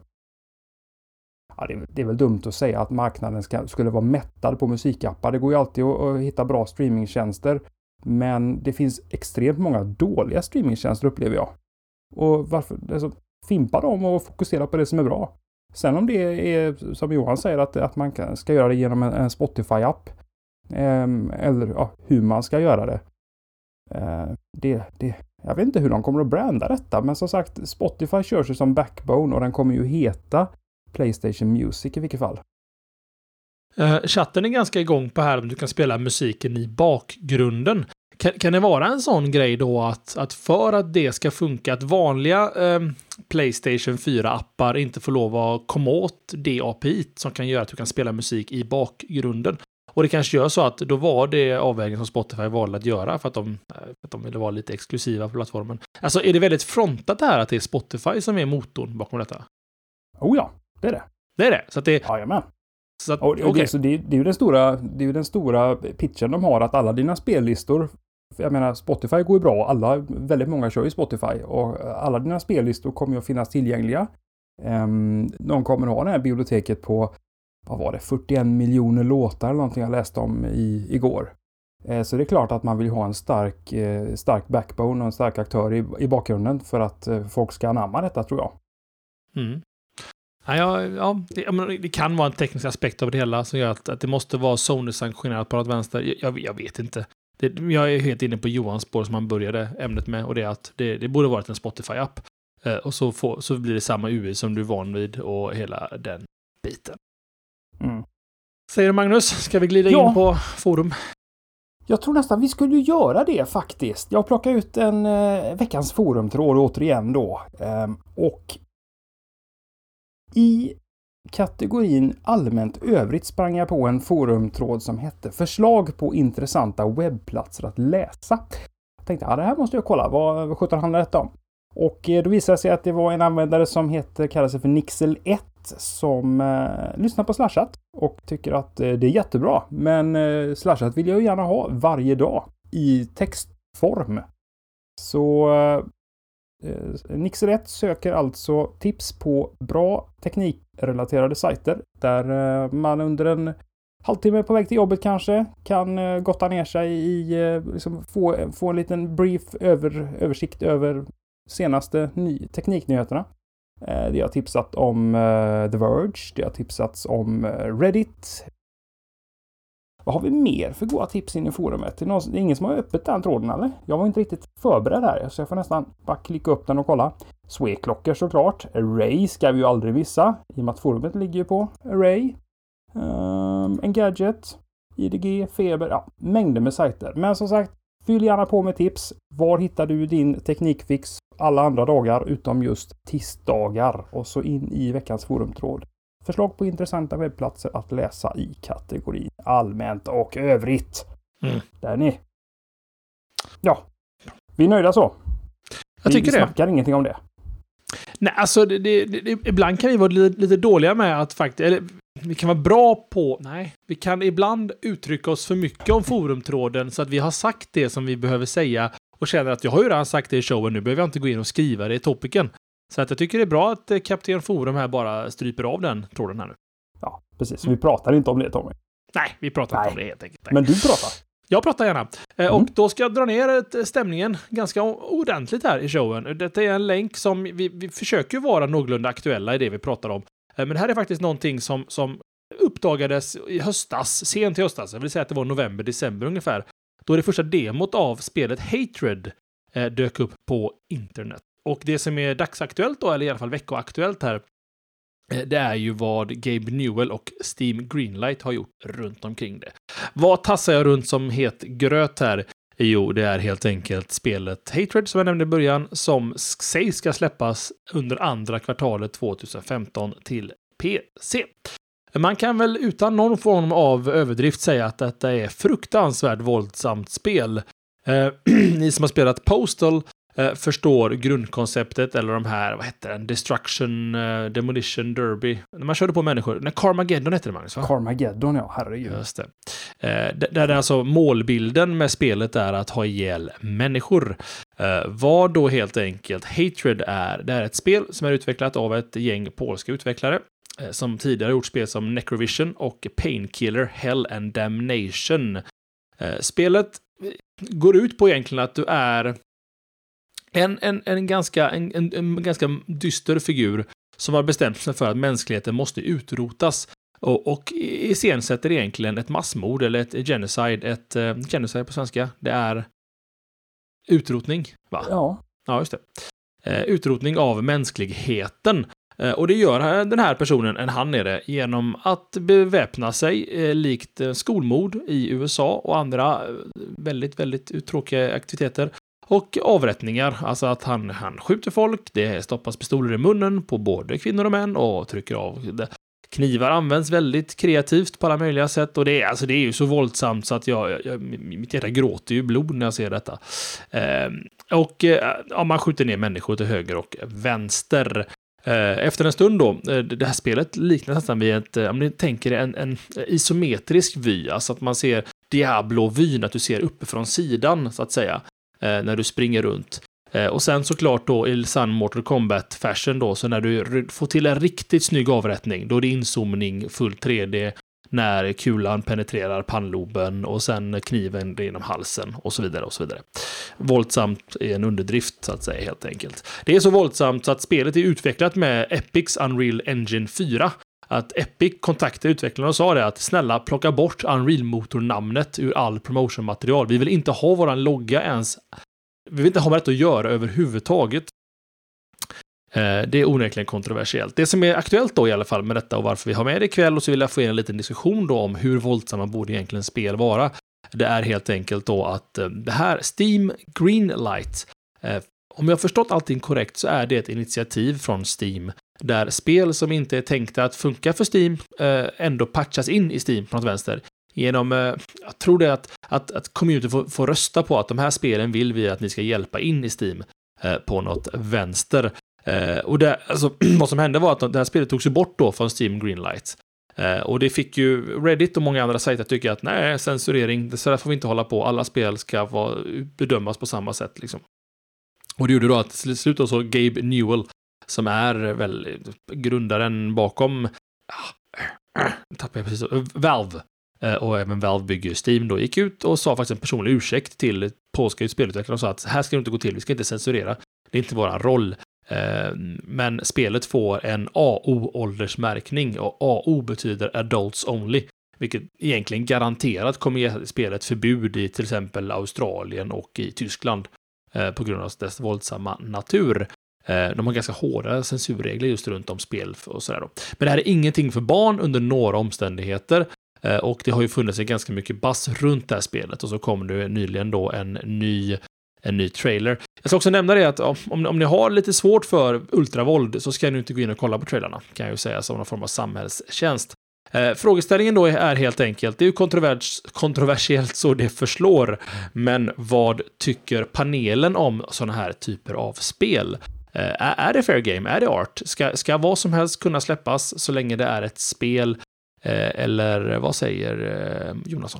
Ja, det, är, det är väl dumt att säga att marknaden ska, skulle vara mättad på musikappar. Det går ju alltid att, att hitta bra streamingtjänster. Men det finns extremt många dåliga streamingtjänster upplever jag. Och varför... Alltså, fimpa dem och fokusera på det som är bra. Sen om det är, som Johan säger, att, att man kan, ska göra det genom en, en Spotify-app. Eh, eller ja, hur man ska göra det. Eh, det, det. Jag vet inte hur de kommer att branda detta. Men som sagt, Spotify kör sig som backbone och den kommer ju heta PlayStation Music i vilket fall. Uh, chatten är ganska igång på här om du kan spela musiken i bakgrunden. Kan, kan det vara en sån grej då att, att för att det ska funka att vanliga eh, PlayStation fyra-appar inte får lov att komma åt det A P I som kan göra att du kan spela musik i bakgrunden? Och det kanske gör så att då var det avvägningen som Spotify valde att göra för att de, för att de ville vara lite exklusiva på plattformen. Alltså är det väldigt frontat det här att det är Spotify som är motorn bakom detta? Oh ja, det är det. Det är det. Så att det, Jajamän. så att, Och, och okej. det, så det, det är ju den stora, det är ju den stora pitchen de har, att alla dina spellistor, jag menar Spotify går ju bra, alla, väldigt många kör ju Spotify, och alla dina spellistor kommer ju att finnas tillgängliga. Um, de kommer att ha det här biblioteket på, vad var det, fyrtioen miljoner låtar eller någonting jag läste om i, igår. Uh, så det är klart att man vill ha en stark, uh, stark backbone och en stark aktör i, i bakgrunden för att uh, folk ska anamma detta, tror jag. Mm. Ja, ja, ja det, men det kan vara en teknisk aspekt av det hela som gör att, att det måste vara Sony-sanktionerat på något vänster. Jag, jag vet inte. Det, jag är helt inne på Johans spår som han började ämnet med, och det är att det, det borde varit en Spotify-app. Eh, och så, får, så blir det samma U I som du är van vid och hela den biten. Mm. Säger du, Magnus, ska vi glida Ja. in på forum? Jag tror nästan vi skulle göra det faktiskt. Jag plockar ut en eh, veckans forumtråd återigen då. Ehm, och i kategorin allmänt övrigt sprang jag på en forumtråd som hette förslag på intressanta webbplatser att läsa. Jag tänkte, ja, det här måste jag kolla. Vad, vad sjutton handlar detta om? Och eh, då visade det sig att det var en användare som heter, kallar sig för Nixel ett, som eh, lyssnar på Slashat och tycker att eh, det är jättebra. Men eh, Slashat vill jag ju gärna ha varje dag i textform. Så eh, Nixel ett söker alltså tips på bra teknikrelaterade sajter där eh, man under en halvtimme på väg till jobbet kanske kan eh, gotta ner sig i, eh, liksom få, få en liten brief över, översikt över senaste ny, tekniknyheterna. Eh, det har tipsat om eh, The Verge, det har tipsats om eh, Reddit. Vad har vi mer för goda tips in i forumet? Det är, någon, det är ingen som har öppet den tråden, eller? Jag var inte riktigt förberedd här, så jag får nästan bara klicka upp den och kolla. Sweklockor såklart. Array ska vi ju aldrig missa, i och med att forumet ligger ju på Array. Um, Engadget, I D G, Feber, ja, mängder med sajter. Men som sagt, fyll gärna på med tips. Var hittar du din teknikfix alla andra dagar utom just tisdagar? Och så in i veckans forumtråd. Förslag på intressanta webbplatser att läsa i kategorin allmänt och övrigt. Mm. Där ni. Ja, vi är nöjda så. Jag tycker vi, vi det. snackar ingenting om det. Nej, alltså det, det, det, ibland kan vi vara lite, lite dåliga med att faktiskt, eller vi kan vara bra på, nej, vi kan ibland uttrycka oss för mycket om forumtråden så att vi har sagt det som vi behöver säga och känner att jag har ju redan sagt det i showen, nu behöver jag inte gå in och skriva det i topiken. Så att jag tycker det är bra att Kapten Forum här bara stryper av den tråden här nu. Ja, precis. Vi pratar inte om det, Tommy. Nej, vi pratar Nej. inte om det helt enkelt. Nej. Men du pratar. Jag pratar gärna. Eh, Mm. Och då ska jag dra ner stämningen ganska ordentligt här i showen. Detta är en länk som vi, vi försöker vara någorlunda aktuella i det vi pratar om. Eh, Men det här är faktiskt någonting som, som uppdagades i höstas, sent i höstas. Jag vill säga att det var november, december ungefär. Då det första demot av spelet Hatred eh, dök upp på internet. Och det som är dagsaktuellt då, eller i alla fall veckoaktuellt här, eh, det är ju vad Gabe Newell och Steam Greenlight har gjort runt omkring det. Vad tassar jag runt som het gröt här? Jo, det är helt enkelt spelet Hatred som jag nämnde i början, som sägs ska släppas under andra kvartalet tjugohundrafemton till P C. Man kan väl utan någon form av överdrift säga att detta är fruktansvärt våldsamt spel. Eh, ni som har spelat Postal eh, förstår grundkonceptet, eller de här, vad heter den? Destruction, eh, Demolition Derby. När man körde på människor. När Carmageddon heter det, Magnus, va? Carmageddon, ja, herregud. Just det. Eh, där är alltså målbilden med spelet är att ha ihjäl människor. Eh, vad då helt enkelt Hatred är. Det är ett spel som är utvecklat av ett gäng polska utvecklare eh, som tidigare gjort spel som Necrovision och Painkiller, Hell and Damnation. Eh, spelet går ut på egentligen att du är en, en, en, ganska, en, en, en ganska dyster figur som har bestämt sig för att mänskligheten måste utrotas. Och, och iscensätter egentligen ett massmord eller ett genocide. Ett uh, genocide på svenska. Det är utrotning, va? Ja. Ja, just det. Uh, utrotning av mänskligheten. Uh, och det gör den här personen, en han är det, genom att beväpna sig uh, likt uh, skolmord i U S A och andra uh, väldigt, väldigt tråkiga aktiviteter. Och avrättningar, alltså att han, han skjuter folk, det stoppas pistoler i munnen på både kvinnor och män och trycker av det. Knivar används väldigt kreativt på alla möjliga sätt och det är, alltså det är ju så våldsamt så att jag, jag, mitt hjärta gråter ju blod när jag ser detta. Eh, och eh, ja, man skjuter ner människor till höger och vänster. Efter en stund då, det här spelet liknar nästan vid ett, om ni tänker en, en isometrisk vy, alltså att man ser Diablo-vyn, att du ser uppifrån sidan så att säga, när du springer runt. Och sen såklart då i sann Mortal Kombat-fashion då, så när du får till en riktigt snygg avrättning, då är det inzoomning, full tre D, när kulan penetrerar pannloben och sen kniven genom halsen och så vidare och så vidare. Våldsamt är en underdrift så att säga helt enkelt. Det är så våldsamt så att spelet är utvecklat med Epics Unreal Engine fyra. Att Epic kontaktade utvecklarna och sa det att snälla plocka bort Unreal-motornamnet ur all promotion-material. Vi vill inte ha våran logga ens. Vi vill inte ha med det att göra överhuvudtaget. Det är onekligen kontroversiellt. Det som är aktuellt då i alla fall med detta och varför vi har med det ikväll, och så vill jag få in en liten diskussion då om hur våldsamma borde egentligen spel vara. Det är helt enkelt då att det här Steam Greenlight, om jag har förstått allting korrekt så är det ett initiativ från Steam där spel som inte är tänkta att funka för Steam ändå patchas in i Steam på något vänster. Genom, jag tror det är att, att, att community får, får rösta på att de här spelen vill vi att ni ska hjälpa in i Steam på något vänster. Uh, och det, alltså, vad som hände var att det här spelet togs ju bort då från Steam Greenlight. Uh, och det fick ju Reddit och många andra sajter tycka att nej, censurering, det så där får vi inte hålla på. Alla spel ska vara, bedömas på samma sätt liksom. Och det gjorde då att till slut så Gabe Newell, som är väl grundaren bakom uh, uh, tappade jag precis, uh, Valve, uh, och även Valve bygger Steam då, gick ut och sa faktiskt en personlig ursäkt till polska spelutvecklare och sa att här ska det inte gå till, vi ska inte censurera. Det är inte våran roll. Men spelet får en A O-åldersmärkning, och A O betyder Adults Only, vilket egentligen garanterat kommer ge spelet förbud i till exempel Australien och i Tyskland på grund av dess våldsamma natur. De har ganska hårda censurregler just runt om spel och sådär då. Men det här är ingenting för barn under några omständigheter, och det har ju funnits en ganska mycket bass runt det här spelet, och så kom det nyligen då en ny en ny trailer. Jag ska också nämna det att om, om ni har lite svårt för ultravåld så ska ni inte gå in och kolla på trailerna, kan jag ju säga, som någon form av samhällstjänst. Eh, frågeställningen då är, är helt enkelt, det är ju kontrovers, kontroversiellt så det förslår, men vad tycker panelen om sådana här typer av spel? Eh, är, är det fair game? Är det art? Ska, ska vad som helst kunna släppas så länge det är ett spel? Eh, eller vad säger eh, Jonasson?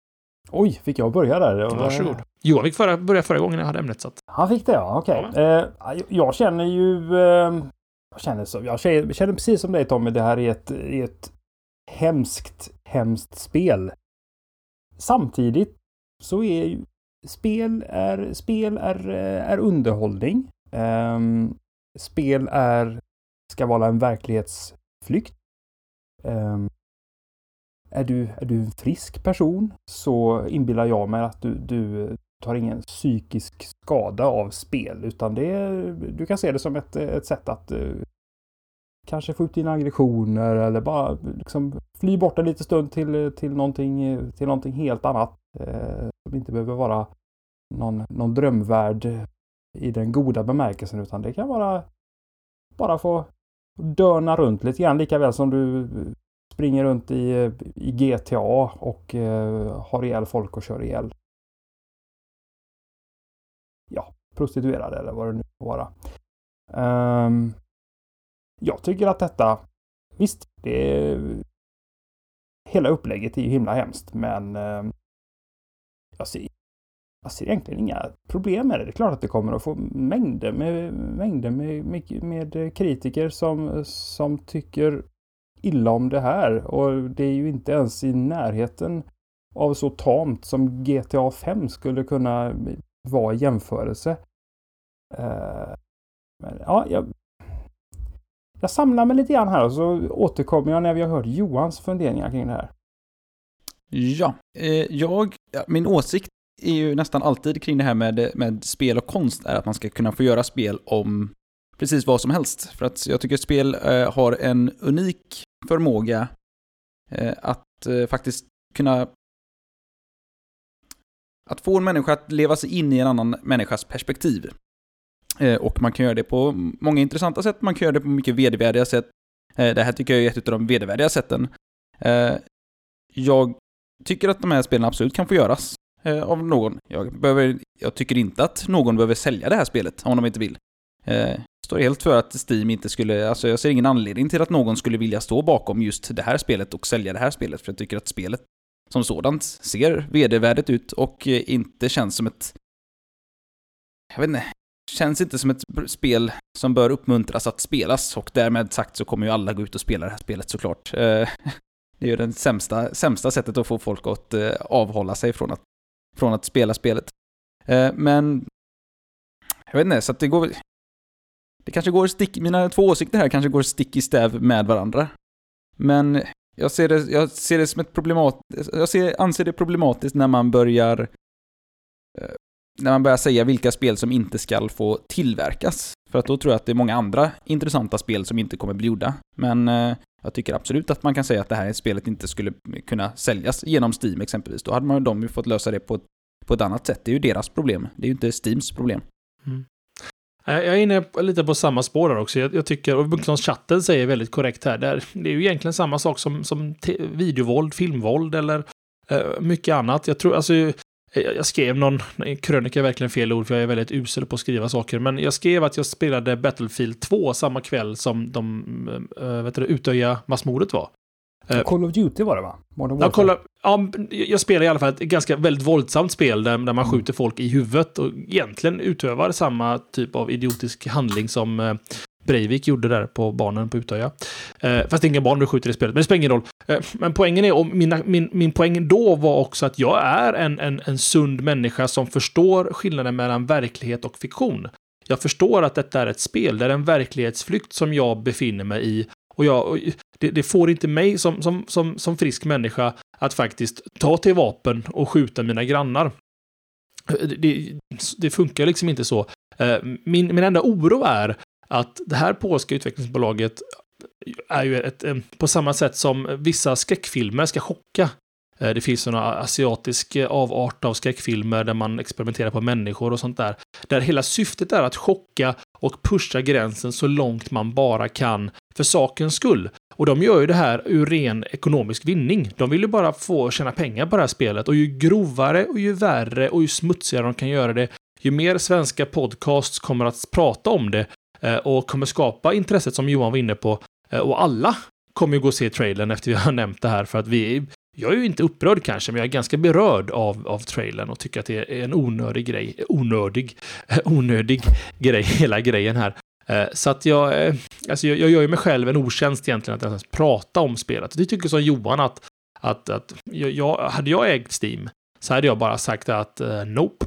Oj, fick jag börja där? Varsågod. Johan fick förra, börja förra gången jag hade ämnet. Så att... Han fick det, ja. Okej. Okay. Ja. Eh, jag känner ju... Eh, jag, känner så, jag känner, känner precis som dig, Tommy. Det här är ett, är ett hemskt, hemskt spel. Samtidigt så är ju... Spel är, spel är, är underhållning. Eh, spel är... ska vara en verklighetsflykt. Eh, Är du, är du en frisk person så inbillar jag mig att du, du tar ingen psykisk skada av spel, utan det är, du kan se det som ett, ett sätt att uh, kanske få ut dina aggressioner eller bara liksom fly bort en liten stund till, till, någonting, till någonting helt annat uh, som inte behöver vara någon, någon drömvärld i den goda bemärkelsen, utan det kan vara bara få dörna runt lite grann, lika väl som du springer runt i, i G T A och uh, har ihjäl folk och kör ihjäl. Ja, prostituerade eller vad det nu får vara. Um, jag tycker att detta, visst, det är, hela upplägget är ju himla hemskt, men uh, jag, ser, jag ser egentligen inga problem med det. Det är klart att det kommer att få mängder med, mängder med, med, med kritiker som, som tycker illa om det här, och det är ju inte ens i närheten av så tamt som G T A fem skulle kunna vara i jämförelse. Uh, men ja, jag, jag samlar mig lite grann här och så återkommer jag när vi har hört Johans funderingar kring det här. Ja, eh, jag, ja, min åsikt är ju nästan alltid kring det här med, med spel och konst är att man ska kunna få göra spel om precis vad som helst. För att jag tycker att spel eh, har en unik förmåga eh, att eh, faktiskt kunna att få en människa att leva sig in i en annan människas perspektiv. Eh, och man kan göra det på många intressanta sätt, man kan göra det på mycket vedervärdiga sätt. Eh, det här tycker jag är ett av de vedervärdiga sätten. Eh, jag tycker att de här spelen absolut kan få göras eh, av någon. Jag, behöver, jag tycker inte att någon behöver sälja det här spelet om de inte vill. Eh, står helt för att Steam inte skulle, alltså jag ser ingen anledning till att någon skulle vilja stå bakom just det här spelet och sälja det här spelet, för jag tycker att spelet som sådant ser vedervärdigt ut och inte känns som ett, jag vet inte, känns inte som ett spel som bör uppmuntras att spelas, och därmed sagt så kommer ju alla gå ut och spela det här spelet såklart. Det är ju det sämsta, sämsta sättet att få folk att avhålla sig från att, från att spela spelet. Men jag vet inte, så att det går, det kanske går stick, mina två åsikter här kanske går stick i stäv med varandra. Men jag ser det, jag ser det som ett problemat, jag ser, anser det problematiskt när man börjar när man börjar säga vilka spel som inte ska få tillverkas. För att då tror jag att det är många andra intressanta spel som inte kommer bli gjorda. Men eh, jag tycker absolut att man kan säga att det här spelet inte skulle kunna säljas genom Steam exempelvis. Då hade man ju de ju fått lösa det på ett, på ett annat sätt. Det är ju deras problem. Det är ju inte Steams problem. Mm. Jag är inne lite på samma spår där också. Jag, jag tycker, och Bunksons chatten säger väldigt korrekt här. Där, det är ju egentligen samma sak som, som te- videovåld, filmvåld eller eh, mycket annat. Jag tror, alltså jag skrev någon krönika, verkligen fel ord för jag är väldigt usel på att skriva saker, men jag skrev att jag spelade Battlefield två samma kväll som de äh, vet du, Utöja massmordet var. Call of Duty var det, va? Ja, kolla, ja, jag spelar i alla fall ett ganska väldigt våldsamt spel där, där man mm. skjuter folk i huvudet och egentligen utövar samma typ av idiotisk handling som eh, Breivik gjorde där på barnen på Utöja. Eh, fast inga barn du skjuter i spelet, men det spelar ingen roll. Eh, men poängen är, och mina, min, min poäng då var också att jag är en, en, en sund människa som förstår skillnaden mellan verklighet och fiktion. Jag förstår att detta är ett spel, det är en verklighetsflykt som jag befinner mig i. Och, jag, och det, det får inte mig som, som, som, som frisk människa att faktiskt ta till vapen och skjuta mina grannar. Det, det funkar liksom inte så. Min, min enda oro är att det här polska utvecklingsbolaget är ju ett, på samma sätt som vissa skräckfilmer ska chocka. Det finns sådana asiatiska avart av skräckfilmer där man experimenterar på människor och sånt där. Där hela syftet är att chocka och pusha gränsen så långt man bara kan för sakens skull. Och de gör ju det här ur ren ekonomisk vinning. De vill ju bara få tjäna pengar på det här spelet. Och ju grovare och ju värre och ju smutsigare de kan göra det, ju mer svenska podcasts kommer att prata om det och kommer skapa intresset som Johan var inne på. Och alla kommer ju gå och se trailern efter vi har nämnt det här, för att vi jag är ju inte upprörd kanske, men jag är ganska berörd av, av trailern och tycker att det är en onödig grej. Onödig. Onödig grej, hela grejen här. Så att jag, alltså jag, jag gör ju mig själv en otjänst egentligen att ens prata om spelet. Det tycker som Johan att, att, att jag, hade jag ägt Steam så hade jag bara sagt att uh, nope.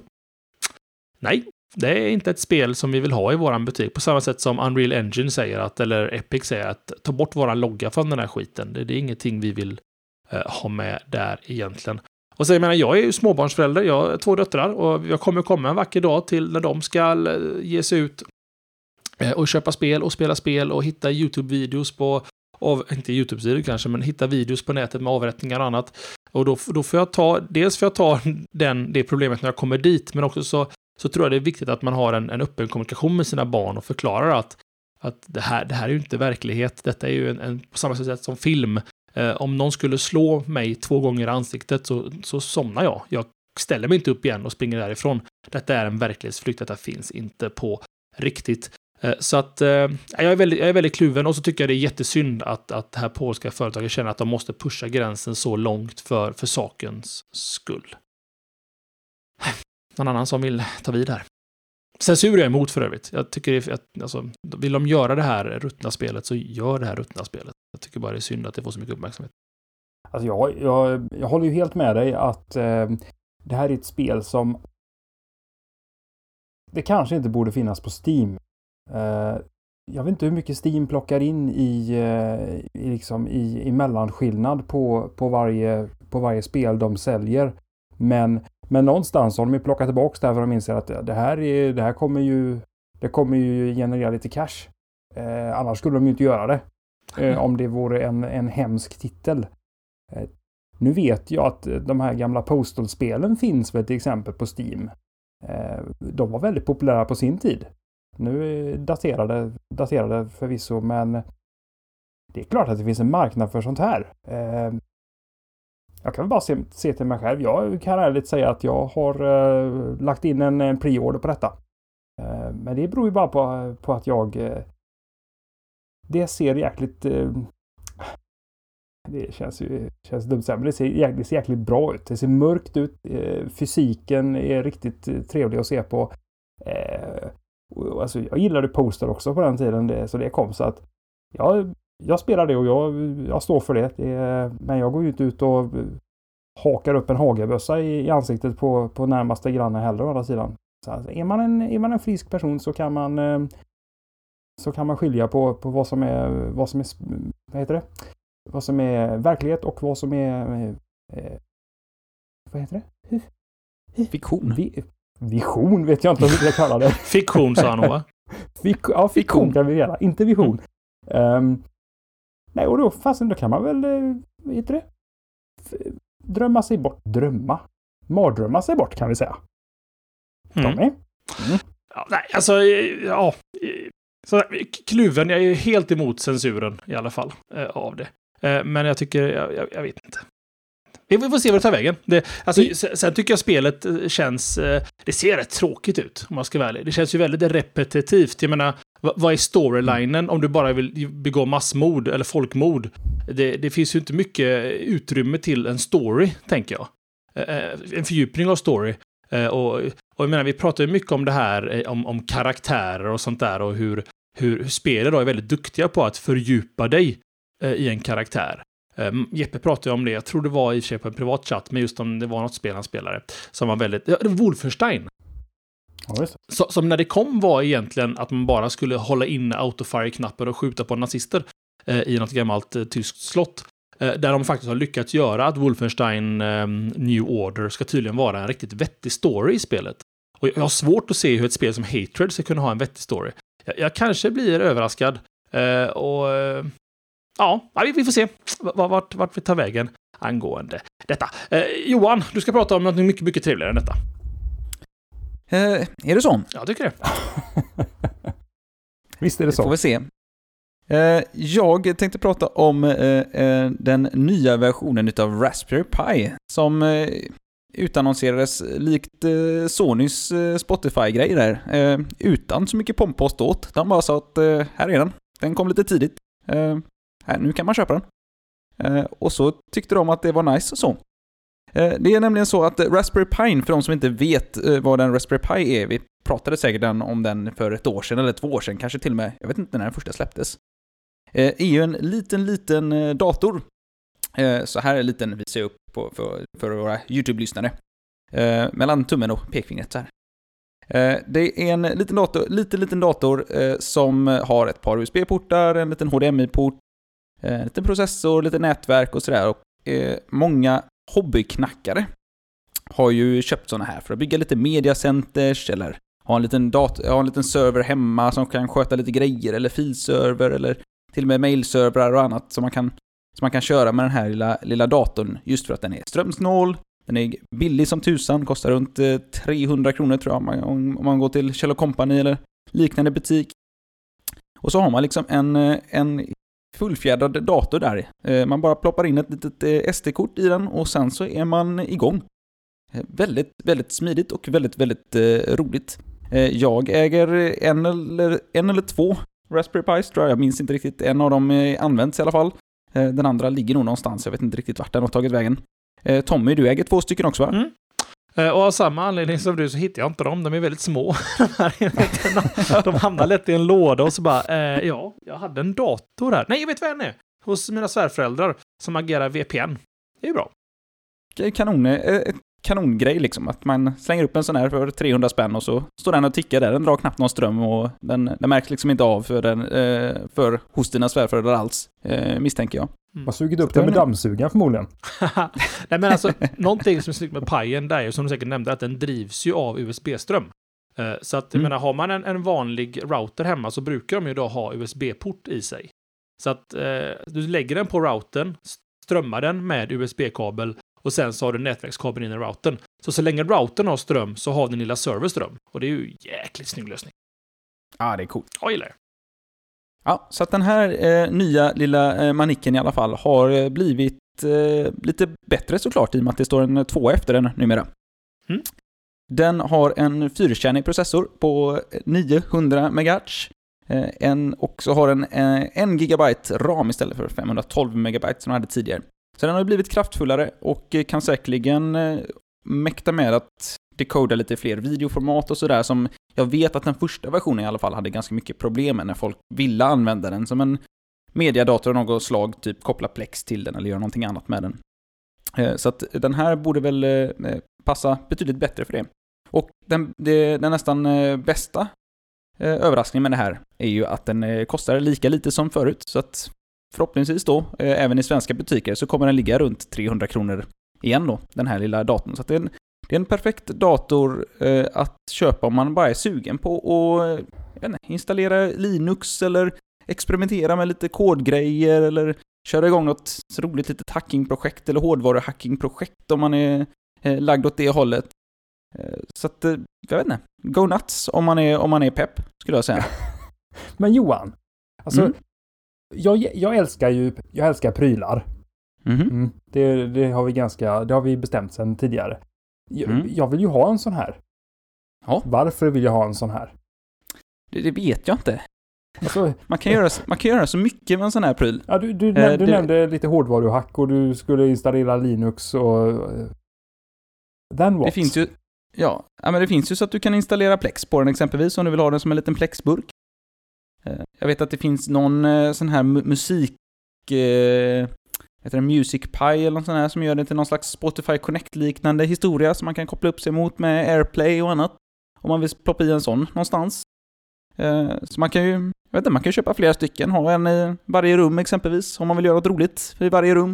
Nej, det är inte ett spel som vi vill ha i våran butik. På samma sätt som Unreal Engine säger att, eller Epic säger att ta bort våran logga från den här skiten. Det, det är ingenting vi vill ha med där egentligen. Och så jag menar, jag är ju småbarnsförälder, jag har två döttrar och jag kommer komma en vacker dag till när de ska ge sig ut och köpa spel och spela spel och hitta YouTube-videos på, av, inte YouTube-videos kanske, men hitta videos på nätet med avrättningar och annat. Och då, då får jag ta, dels får jag ta den, det problemet när jag kommer dit, men också så, så tror jag det är viktigt att man har en, en öppen kommunikation med sina barn och förklarar att, att det, här, det här är ju inte verklighet, detta är ju en, en på samma sätt som film. Eh, om någon skulle slå mig två gånger i ansiktet så, så somnar jag. Jag ställer mig inte upp igen och springer därifrån. Detta är en verklighetsflykt. Detta finns inte på riktigt. Eh, så att eh, jag, är väldigt, jag är väldigt kluven, och så tycker jag det är jättesynd att, att det här polska företaget känner att de måste pusha gränsen så långt för, för sakens skull. Någon annan som vill ta vid här? Censur är jag emot för övrigt. Jag tycker att alltså, vill de göra det här ruttna spelet så gör det här ruttna spelet. Jag tycker bara det är synd att det får så mycket uppmärksamhet. Alltså jag, jag, jag håller ju helt med dig att eh, det här är ett spel som det kanske inte borde finnas på Steam. Eh, jag vet inte hur mycket Steam plockar in i, eh, i, liksom i, i mellanskillnad på, på, varje, på varje spel de säljer. Men, men någonstans har de ju plockat tillbaka det här för de inser att det här, är, det här kommer ju det kommer ju generera lite cash. Eh, annars skulle de ju inte göra det. Eh, om det vore en, en hemsk titel. Eh, nu vet jag att de här gamla Postal-spelen finns väl till exempel på Steam. Eh, de var väldigt populära på sin tid. Nu är daterade, daterade förvisso, men det är klart att det finns en marknad för sånt här. Eh, jag kan väl bara se, se till mig själv. Jag kan ärligt säga att jag har eh, lagt in en, en pre-order på detta. Eh, men det beror ju bara på, på att jag... Eh, det ser jäkligt... Eh, det känns ju känns dumt så här, men det ser, jäkligt, det ser jäkligt bra ut. Det ser mörkt ut. Eh, fysiken är riktigt eh, trevlig att se på. Eh, och, alltså, jag gillade Poster också på den tiden, det, så det kom. Så att jag, jag spelar det och jag, jag står för det. det. Men jag går ju inte ut och hakar upp en hagelbössa i, i ansiktet på, på närmaste granne heller å andra sidan. Så alltså, är, man en, är man en frisk person så kan man eh, så kan man skilja på, på vad som är vad som är vad heter det? Vad som är verklighet och vad som är eh, vad heter det? Fiktion. Vi, vision vet jag inte hur jag kallar det. Fiktion sa han va? Fik, ja, fiktion kan vi göra, inte vision. Mm. Um, nej, och då fast då kan man väl vad heter det? Drömma sig bort, drömma. Mardrömma sig bort kan vi säga. Mm. Mm. Ja, nej, alltså ja. Så, kluven, jag är helt emot censuren i alla fall eh, av det. Eh, men jag tycker, jag, jag, jag vet inte. Vi får se vad det tar vägen. Det, alltså, mm. sen, sen tycker jag spelet känns, eh, det ser rätt tråkigt ut om man ska vara ärlig. Det känns ju väldigt repetitivt. Jag menar, vad, vad är storylinen om du bara vill begå massmord eller folkmord? Det, det finns ju inte mycket utrymme till en story, tänker jag. Eh, en fördjupning av story. Eh, och, och jag menar, vi pratar ju mycket om det här, om, om karaktärer och sånt där och hur, hur, hur spelare då är väldigt duktiga på att fördjupa dig eh, i en karaktär. Eh, Jeppe pratade om det, jag tror det var i och för sig på en privat chatt, men just om det var något spel han spelade som var väldigt, ja, Wolfenstein. Ja, Så, som när det kom var egentligen att man bara skulle hålla in autofire-knappen och skjuta på nazister eh, i något gammalt eh, tyskt slott. Där de faktiskt har lyckats göra att Wolfenstein um, New Order ska tydligen vara en riktigt vettig story i spelet. Och jag har svårt att se hur ett spel som Hatred ska kunna ha en vettig story. Jag, jag kanske blir överraskad. Uh, och uh, ja, vi får se vart, vart, vart vi tar vägen angående detta. Uh, Johan, du ska prata om något mycket, mycket trevligare än detta. Uh, är det så? Jag tycker det. Visst är det så. Får vi se. Jag tänkte prata om den nya versionen av Raspberry Pi som utannonserades likt Sonys Spotify-grej där. Utan så mycket pompa och ståt. De bara sa att här är den. Den kom lite tidigt. Här, nu kan man köpa den. Och så tyckte de att det var nice så. Det är nämligen så att Raspberry Pi, för de som inte vet vad en Raspberry Pi är, vi pratade säkert om den för ett år sedan eller två år sedan, kanske till och med, jag vet inte när den första släpptes. Är ju en liten, liten dator. Så här är liten visar jag upp på, för, för våra YouTube-lyssnare. Mellan tummen och pekfingret så här. Det är en liten dator, liten, liten dator som har ett par U S B-portar, en liten H D M I-port, en liten processor, lite nätverk och sådär. Och många hobbyknackare har ju köpt sådana här för att bygga lite mediacenters eller ha en liten, dat- ha en liten server hemma som kan sköta lite grejer eller filserver eller till och med mailservrar och annat som man kan, som man kan köra med den här lilla, lilla datorn just för att den är strömsnål, den är billig som tusan, kostar runt eh, trehundra kronor tror jag om, om man går till Kjell och Company eller liknande butik. Och så har man liksom en, en fullfjädrad dator där. Eh, man bara ploppar in ett litet eh, S D-kort i den och sen så är man igång. Eh, väldigt, väldigt smidigt och väldigt, väldigt eh, roligt. Eh, jag äger en eller, en eller två Raspberry Pis tror jag, jag minns inte riktigt. En av dem används i alla fall. Den andra ligger nog någonstans, jag vet inte riktigt vart den har tagit vägen. Tommy, du äger två stycken också va? Mm. Och av samma anledning som du så hittar jag inte dem, de är väldigt små. De här enheterna. De hamnar lätt i en låda och så bara, eh, ja, jag hade en dator här. Nej, jag vet vad den är. Hos mina svärföräldrar som agerar V P N. Det är bra. Kanon, ett kanongrej liksom, att man slänger upp en sån här för trehundra spänn och så står den och tickar där, den drar knappt någon ström och den, den märks liksom inte av för, den, för hos dina svärföräldrar alls, misstänker jag. Mm. Man sugit upp den med dammsugan förmodligen. Nej men alltså, någonting som är snyggt med Pien där är ju som du säkert nämnde att den drivs ju av U S B-ström. Så att, jag mm. menar, har man en, en vanlig router hemma så brukar de ju då ha U S B-port i sig. Så att eh, du lägger den på routern, strömmar den med U S B-kabel och sen så har du nätverkskabeln in i routern. Så så länge routern har ström så har den lilla server ström. Och det är ju jäkligt snygg lösning. Ja, det är coolt. Jag gillar det. Ja, så att den här eh, nya lilla eh, manicken i alla fall har eh, blivit eh, lite bättre såklart i och med att det står en två efter den numera. Mm. Den har en fyrkärnig processor på niohundra megahertz. En, och så har den en gigabyte RAM istället för femhundratolv megabyte som den hade tidigare. Så den har blivit kraftfullare och kan säkerligen mäkta med att decoda lite fler videoformat och sådär, som jag vet att den första versionen i alla fall hade ganska mycket problem med när folk ville använda den som en mediadator av något slag, typ koppla Plex till den eller göra någonting annat med den. Så att den här borde väl passa betydligt bättre för det. Och den, det, den nästan bästa överraskningen med det här är ju att den kostar lika lite som förut, så att förhoppningsvis då, även i svenska butiker, så kommer den ligga runt trehundra kronor igen då, den här lilla datorn. Så att det är en, det är en perfekt dator eh, att köpa om man bara är sugen på att jag vet inte, installera Linux eller experimentera med lite kodgrejer eller köra igång något roligt litet hackingprojekt eller hårdvaruhackingprojekt om man är eh, lagd åt det hållet. Eh, så att, eh, jag vet inte, go nuts om man är, om man är pepp, skulle jag säga. Men Johan, alltså Mm. jag, jag älskar ju jag älskar prylar. Mhm. Mm. Det, det har vi ganska det har vi bestämt sedan tidigare. Jag, Mm. jag vill ju ha en sån här. Ja. Varför vill jag ha en sån här? Det, det vet jag inte. Alltså, Man kan, göra, man kan göra så mycket med en sån här pryl. ja, du du, Eh, näm- du det- nämnde lite hårdvaruhack och du skulle installera Linux och then what? Det finns ju, ja, ja, men det finns ju så att du kan installera Plex på den exempelvis om du vill ha den som en liten Plexburk. Eh, Jag vet att det finns någon eh, sån här mu- musik eh, heter det Music Pi eller något sånt här som gör det till någon slags Spotify Connect-liknande historia som man kan koppla upp sig mot med AirPlay och annat. Om man vill ploppa i en sån någonstans. Eh, Så man kan ju, jag vet inte, man kan köpa flera stycken, ha en i varje rum exempelvis om man vill göra något roligt i varje rum.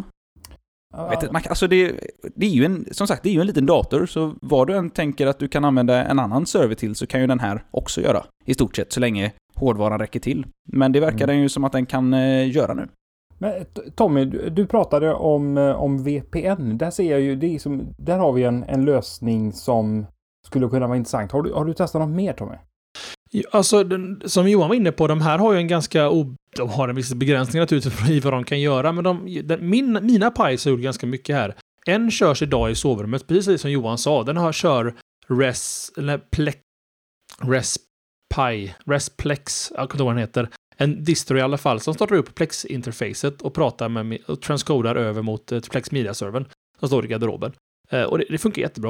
Ja, Vet inte, man, alltså det, det är ju en, som sagt, det är ju en liten dator, så vad du än tänker att du kan använda en annan server till så kan ju den här också göra, i stort sett, så länge hårdvaran räcker till. Men det verkar Mm. den ju som att den kan eh, göra nu. Men T- Tommy, du, du pratade om, eh, om V P N. Där ser jag ju, det är som, där har vi en, en lösning som skulle kunna vara intressant. Har du, har du testat något mer, Tommy? Alltså, den, som Johan var inne på, de här har ju en ganska... O, de har en viss begränsning naturligtvis i vad de kan göra, men de, den, min, mina Pis har gjort ganska mycket här. En körs idag i sovrummet, precis som Johan sa. Den har kör Res... Eller Plex... Res Pi... Resplex, jag kommer inte ihåg vad den heter. En distro i alla fall som startar upp Plex-interfacet och pratar med och transcodar över mot eh, Plex Media-servern som står i garderoben. Eh, och det, det funkar jättebra.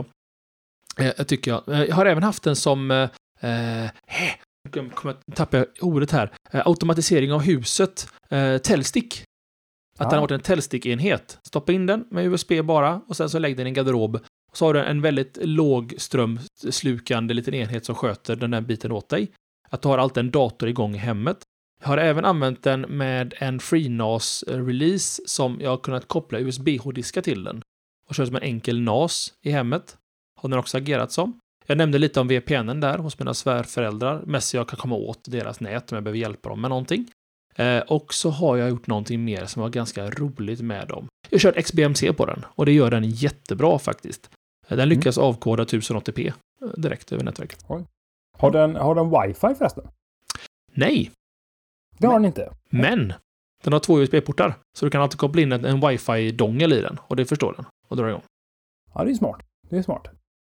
Eh, jag tycker jag. Eh, jag har även haft den som eh, eh, jag kommer att tappa ordet här. Eh, automatisering av huset. Eh, Telstick. Att Ah. den har varit en Telstick-enhet. Stoppa in den med U S B bara och sen så lägg den i en garderob. Och så har du en väldigt låg strömslukande liten enhet som sköter den där biten åt dig. Att du har alltid en dator igång i hemmet. Jag har även använt den med en FreeNAS-release som jag har kunnat koppla U S B-hårddiskar till den. Och köra som en enkel N A S i hemmet. Har den också agerat som. Jag nämnde lite om V P N en där hos mina svärföräldrar. Mest jag kan komma åt deras nät om jag behöver hjälpa dem med någonting. Eh, och så har jag gjort någonting mer som var ganska roligt med dem. Jag har kört X B M C på den och det gör den jättebra faktiskt. Eh, Den lyckas mm. avkoda tusen åttio p eh, direkt över nätverket. Har den, har den wifi förresten? Nej, Det har den inte. men den har två U S B-portar. Så du kan alltid koppla in en, en wifi-dongel i den. Och det förstår den. Och drar igång. Ja, det är smart. Det är smart.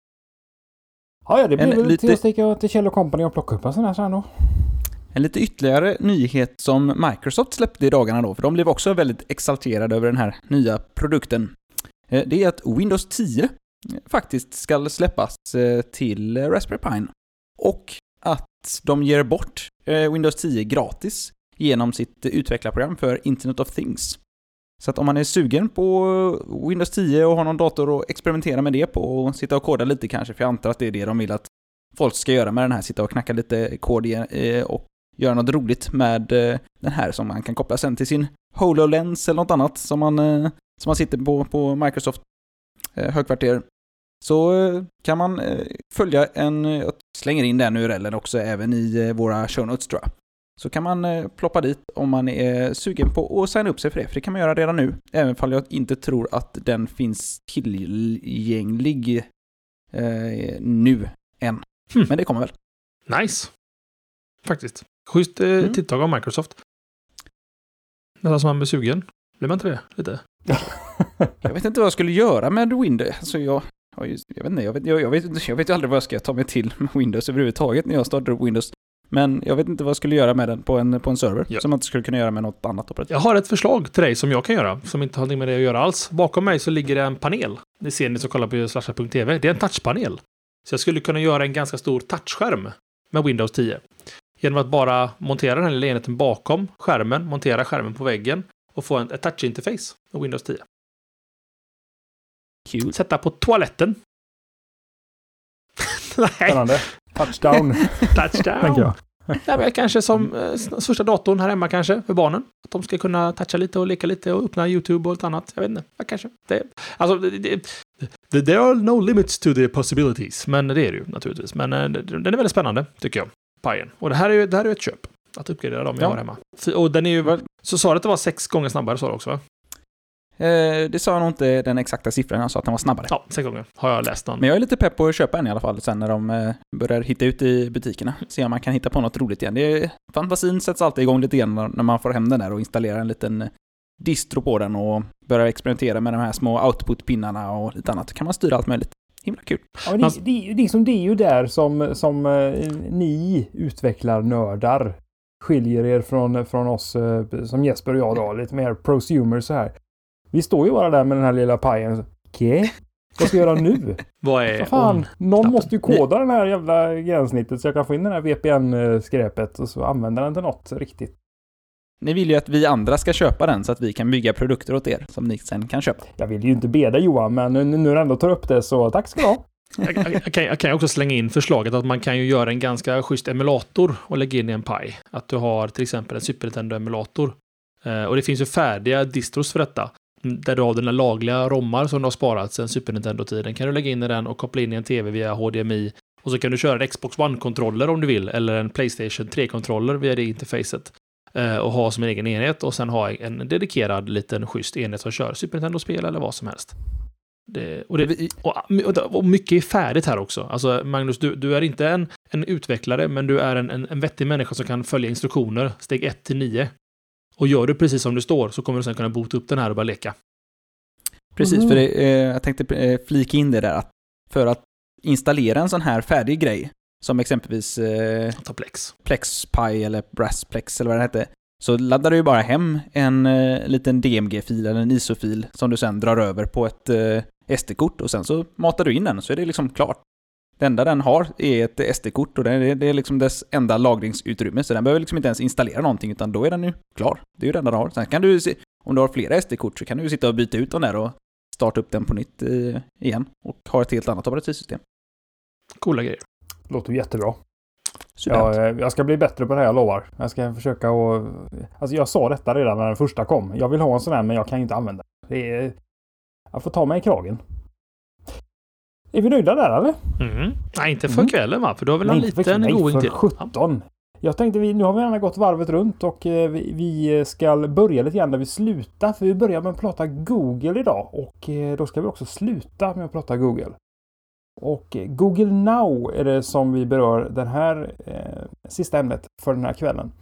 Ja, ja det blir En väl lite- till att sticka till Kjell och Company och plocka upp en sån här sen då. En lite ytterligare nyhet som Microsoft släppte i dagarna då, för de blev också väldigt exalterade över den här nya produkten. Eh, Det är att Windows tio faktiskt ska släppas eh, till Raspberry Pi. Och att de ger bort eh, Windows tio gratis genom sitt utvecklarprogram för Internet of Things. Så att om man är sugen på Windows tio och har någon dator och experimentera med det på och sitta och koda lite kanske, för jag antar att det är det de vill att folk ska göra med den här, sitta och knacka lite kod eh, och göra något roligt med eh, den här som man kan koppla sen till sin HoloLens eller något annat som man, eh, som man sitter på på Microsoft eh, högkvarter. Så eh, kan man eh, följa en, jag slänger in den U R L:en också även i eh, våra show notes tror jag. Så kan man eh, ploppa dit om man är sugen på att signa upp sig för det. För det kan man göra redan nu. Även om jag inte tror att den finns tillgänglig eh, nu än. Hmm. Men det kommer väl. Nice. Faktiskt. Schysst eh, Mm. tilltag av Microsoft. Nästan som man blir sugen. Blir man inte det? Lite. Jag vet inte vad jag skulle göra med Windows. Alltså jag, Ja, just, jag vet inte, jag vet, jag, jag vet, jag vet ju aldrig vad jag ska ta mig till med Windows överhuvudtaget när jag startar upp Windows. Men jag vet inte vad jag skulle göra med den på en, på en server. Ja. Som man inte skulle kunna göra med något annat operativ. Jag har ett förslag till dig som jag kan göra. Som inte har något med det att göra alls. Bakom mig så ligger det en panel. Det ser ni som kollar på slasha punkt tv. Det är en touchpanel. Så jag skulle kunna göra en ganska stor touchskärm med Windows tio. Genom att bara montera den här lilla enheten bakom skärmen. Montera skärmen på väggen. Och få en, ett touch-interface med Windows tio. Cute. Sätta på toaletten. Nej. Spännande. Touchdown. Touchdown. jag. Nej, men kanske som eh, första datorn här hemma kanske för barnen. Att de ska kunna toucha lite och leka lite och öppna YouTube och allt annat. Jag vet inte. Ja, kanske. Det, alltså, det, det, there are no limits to the possibilities. Men det är det ju naturligtvis. Men eh, den är väldigt spännande tycker jag. Pajen. Och det här är ju det här är ett köp. Att uppgradera dem jag ja. har hemma. Och den är ju... Så sa det att det var sex gånger snabbare sa det också va? Eh, det sa nog inte den exakta siffran, jag sa att den var snabbare. Ja, sex gånger har jag läst den. Men jag är lite pepp på att köpa en i alla fall sen när de eh, börjar hitta ut i butikerna. Se om man kan hitta på något roligt igen. Det är, fantasin sätts alltid igång lite grann när man får hem den där och installerar en liten distro på den och börjar experimentera med de här små output-pinnarna och lite annat. Kan man styra allt möjligt. Himla kul. Ja, det, det, det, det är ju där som, som eh, ni utvecklar nördar skiljer er från, från oss eh, som Jesper och jag då, lite mer prosumer så här. Vi står ju bara där med den här lilla pajen. Okej, okay. Vad ska jag göra nu? Vad är... Så fan, någon måste ju koda den här jävla gränssnittet så jag kan få in den här V P N-skräpet och så använda den till något riktigt. Ni vill ju att vi andra ska köpa den så att vi kan bygga produkter åt er som ni sen kan köpa. Jag vill ju inte be dig Johan, men nu, nu ändå tar upp det så tack ska du ha. jag, jag, jag, kan, jag kan också slänga in förslaget att man kan ju göra en ganska schysst emulator och lägga in i en paj. Att du har till exempel en Super Nintendo-emulator. Eh, och det finns ju färdiga distros för detta. Där du har dina lagliga rommar som du har sparat sedan Super Nintendo-tiden. Kan du lägga in i den och koppla in i en tv via H D M I. Och så kan du köra en Xbox One-kontroller om du vill. Eller en PlayStation tre-kontroller via det interfacet. Eh, och ha som en egen enhet. Och sen ha en dedikerad liten schysst enhet som kör Super Nintendo-spel eller vad som helst. Det, och, det, och, och mycket är färdigt här också. Alltså Magnus, du, du är inte en, en utvecklare, men du är en, en, en vettig människa som kan följa instruktioner steg ett till nio. Och gör du precis som det står så kommer du sen kunna bota upp den här och bara leka. Precis, mm. för det, eh, jag tänkte eh, flika in det där att för att installera en sån här färdig grej som exempelvis eh, Plex. PlexPy eller Brassplex eller vad det heter, så laddar du ju bara hem en eh, liten D M G-fil eller en I S O-fil som du sen drar över på ett eh, S D-kort och sen så matar du in den så är det liksom klart. Det enda den har är ett S D-kort och det är, det är liksom dess enda lagringsutrymme så den behöver liksom inte ens installera någonting utan då är den ju klar. Det är ju det enda den har. Sen kan du se, om du har flera S D-kort så kan du ju sitta och byta ut den där och starta upp den på nytt eh, igen och ha ett helt annat operativsystem. Coola grejer. Låter jättebra. Ja, jag ska bli bättre på det här, jag lovar. Jag ska försöka och... Alltså jag sa detta redan när den första kom. Jag vill ha en sån här men jag kan inte använda det. Är... Jag får ta mig i kragen. Är vi nöjda där eller? Mm. Nej, inte för kvällen va? För då har vi en liten going till. sjutton. Jag tänkte, vi, nu har vi gärna gått varvet runt och eh, vi, vi ska börja lite grann där vi slutar. För vi börjar med att prata Google idag. Och eh, då ska vi också sluta med att prata Google. Och eh, Google Now är det som vi berör den här eh, sista ämnet för den här kvällen.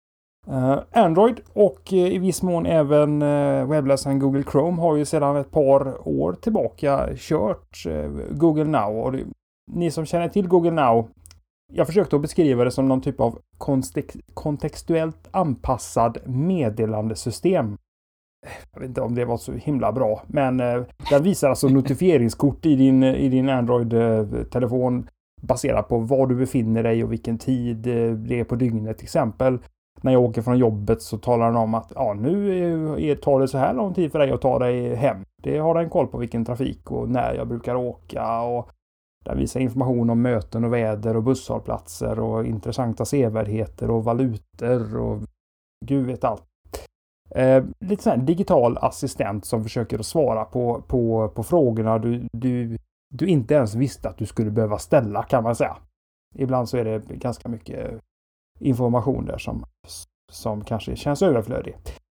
Uh, Android och uh, i viss mån även uh, webbläsaren Google Chrome har ju sedan ett par år tillbaka kört uh, Google Now. Och det, ni som känner till Google Now, jag försökte att beskriva det som någon typ av kontext- kontextuellt anpassad meddelandesystem. Jag vet inte om det var så himla bra, men uh, den visar alltså notifieringskort i din, i din Android-telefon baserat på var du befinner dig och vilken tid uh, det är på dygnet till exempel. När jag åker från jobbet så talar den om att ja, nu tar det så här lång tid för dig att ta dig hem. Det har den koll på vilken trafik och när jag brukar åka. Och den visar information om möten och väder och busshållplatser och intressanta sevärdheter och valutor och gud vet allt. Eh, lite sån här digital assistent som försöker att svara på, på, på frågorna du, du, du inte ens visste att du skulle behöva ställa kan man säga. Ibland så är det ganska mycket information där som, som kanske känns överflödig.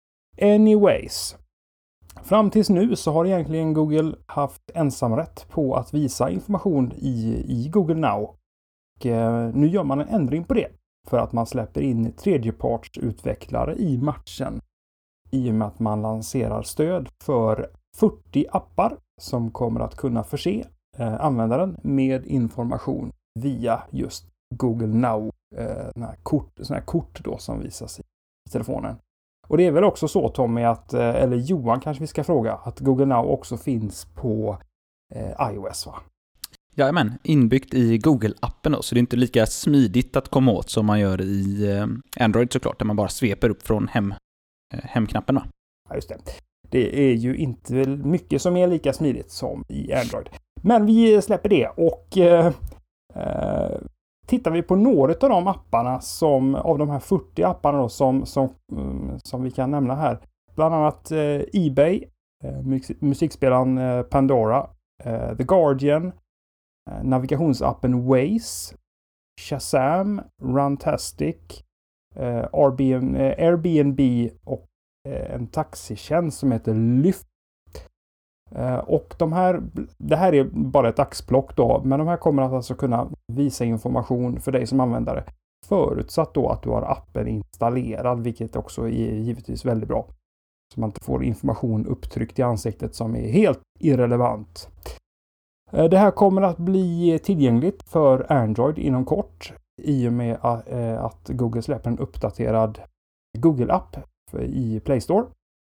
Anyways. Fram tills nu så har egentligen Google haft ensamrätt på att visa information i, i Google Now. Och eh, nu gör man en ändring på det. För att man släpper in tredjepartsutvecklare i matchen. I och med att man lanserar stöd för fyrtio appar som kommer att kunna förse eh, användaren med information via just Google Now. Eh, såna här kort, såna här kort då som visas i telefonen. Och det är väl också så, Tommy, att, eh, eller Johan kanske vi ska fråga, att Google Now också finns på eh, iOS, va? Jajamän, inbyggt i Google-appen då, så det är inte lika smidigt att komma åt som man gör i eh, Android såklart, där man bara sveper upp från hem, eh, hemknappen. Va? Ja, just det. Det är ju inte mycket som är lika smidigt som i Android. Men vi släpper det och eh, eh, tittar vi på några av de apparna som, av de här fyrtio apparna då, som, som, som vi kan nämna här. Bland annat eh, eBay, eh, musikspelaren eh, Pandora, eh, The Guardian, eh, navigationsappen Waze, Shazam, Runtastic, eh, Airbnb, eh, Airbnb och eh, en taxitjänst som heter Lyft. Eh, och de här, det här är bara ett axplock då, men de här kommer att alltså kunna visa information för dig som användare, förutsatt då att du har appen installerad, vilket också är givetvis väldigt bra. Så man inte får information upptryckt i ansiktet som är helt irrelevant. Eh, det här kommer att bli tillgängligt för Android inom kort i och med att, eh, att Google släpper en uppdaterad Google-app i Play Store.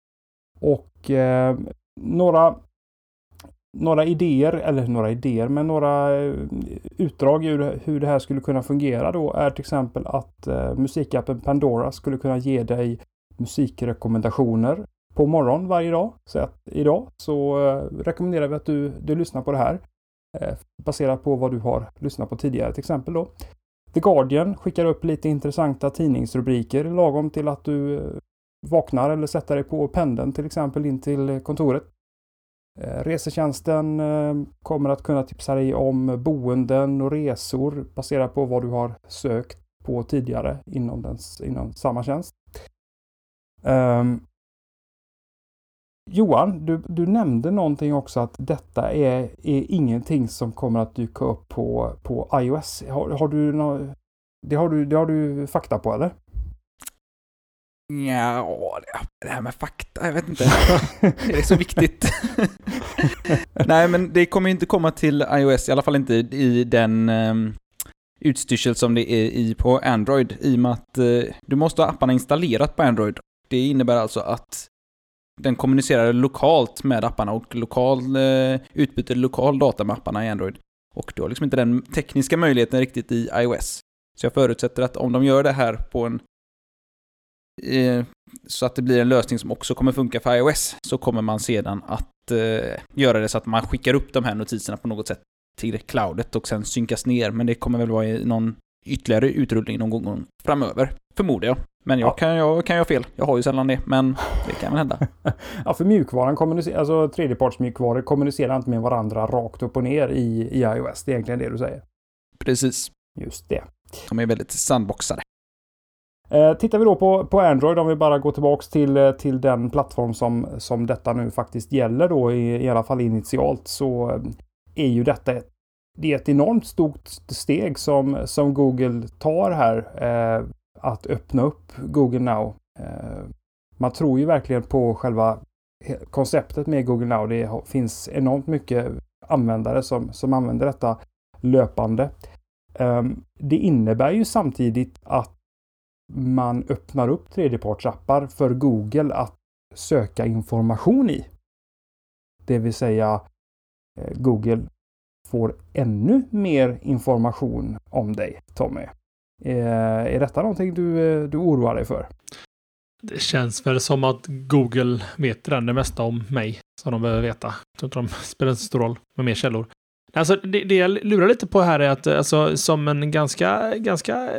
Och eh, några några idéer, eller några idéer, men några utdrag ur hur det här skulle kunna fungera då är till exempel att eh, musikappen Pandora skulle kunna ge dig musikrekommendationer på morgon varje dag. Så att idag så eh, rekommenderar vi att du, du lyssnar på det här eh, baserat på vad du har lyssnat på tidigare till exempel då. The Guardian skickar upp lite intressanta tidningsrubriker lagom till att du eh, vaknar eller sätter dig på pendeln till exempel in till kontoret. Resetjänsten kommer att kunna tipsa dig om boenden och resor baserat på vad du har sökt på tidigare inom, den, inom samma tjänst. Um, Johan, du, du nämnde någonting också att detta är, är ingenting som kommer att dyka upp på, på iOS. Har, har du no, det, har du, det har du fakta på, eller? Ja, det här med fakta, jag vet inte. Är det så viktigt? Nej, men det kommer inte komma till iOS, i alla fall inte i den um, utstyrsel som det är i på Android, i och med att uh, du måste ha apparna installerat på Android. Det innebär alltså att den kommunicerar lokalt med apparna och lokal, uh, utbyter lokal data med apparna i Android. Och du har liksom inte den tekniska möjligheten riktigt i iOS. Så jag förutsätter att om de gör det här på en så att det blir en lösning som också kommer funka för iOS, så kommer man sedan att eh, göra det så att man skickar upp de här notiserna på något sätt till cloudet och sen synkas ner. Men det kommer väl vara i någon ytterligare utrullning någon gång framöver, förmodar jag. Men jag, ja. kan, jag kan ju ha fel. Jag har ju sällan det, men det kan väl hända. Ja, för mjukvaran kommunicerar, alltså tredjepartsmjukvaror kommunicerar inte med varandra rakt upp och ner i, i iOS. Det är egentligen det du säger. Precis. Just det. De är väldigt sandboxade. Eh, tittar vi då på, på Android, om vi bara går tillbaks till, till den plattform som, som detta nu faktiskt gäller då, i, i alla fall initialt, så är ju detta ett, det är ett enormt stort steg som, som Google tar här, eh, att öppna upp Google Now. Eh, man tror ju verkligen på själva konceptet med Google Now. Det finns enormt mycket användare som, som använder detta löpande. Eh, det innebär ju samtidigt att man öppnar upp tredjepartsappar för Google att söka information i. Det vill säga eh, Google får ännu mer information om dig, Tommy. Eh, är detta någonting du, du oroar dig för? Det känns väl som att Google vet redan det mesta om mig som de behöver veta. Jag tror inte de spelar en stor roll med mer källor. Alltså, det, det jag lurar lite på här är att alltså, som en ganska, ganska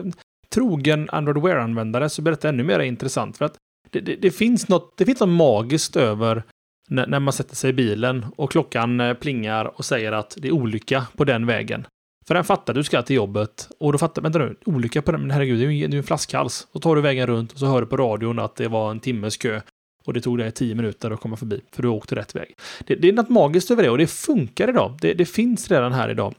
trogen Android Wear-användare så blir det ännu mer intressant. För att det, det, det finns något, det finns något magiskt över när, när man sätter sig i bilen och klockan plingar och säger att det är olycka på den vägen. För den fattar du ska till jobbet och då fattar, vänta nu, olycka på den, men herregud, det är ju, det är ju en flaskhals. Så tar du vägen runt och så hör du på radion att det var en timmes kö och det tog dig tio minuter att komma förbi för du åkte rätt väg. Det, det är något magiskt över det och det funkar idag. Det, det finns redan här idag.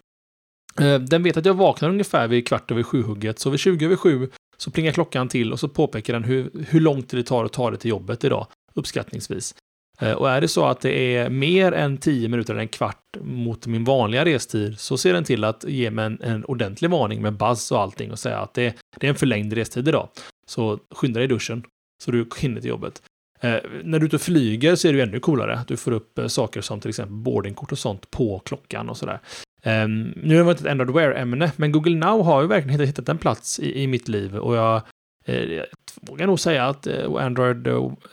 Den vet att jag vaknar ungefär vid kvart över sju hugget, så vid tjugo över sju så plingar klockan till och så påpekar den hur, hur lång tid det tar att ta det till jobbet idag, uppskattningsvis. Och är det så att det är mer än tio minuter eller en kvart mot min vanliga restid så ser den till att ge mig en, en ordentlig varning med buzz och allting och säga att det, det är en förlängd restid idag. Så skynda dig i duschen så du hinner till jobbet. Eh, när du ute och flyger så är det ju ännu coolare. Du får upp eh, saker som till exempel boardingkort och sånt på klockan och sådär. Eh, nu har det varit ett Android Wear-ämne, men Google Now har ju verkligen hittat en plats i, i mitt liv och jag Jag vågar nog säga att Android,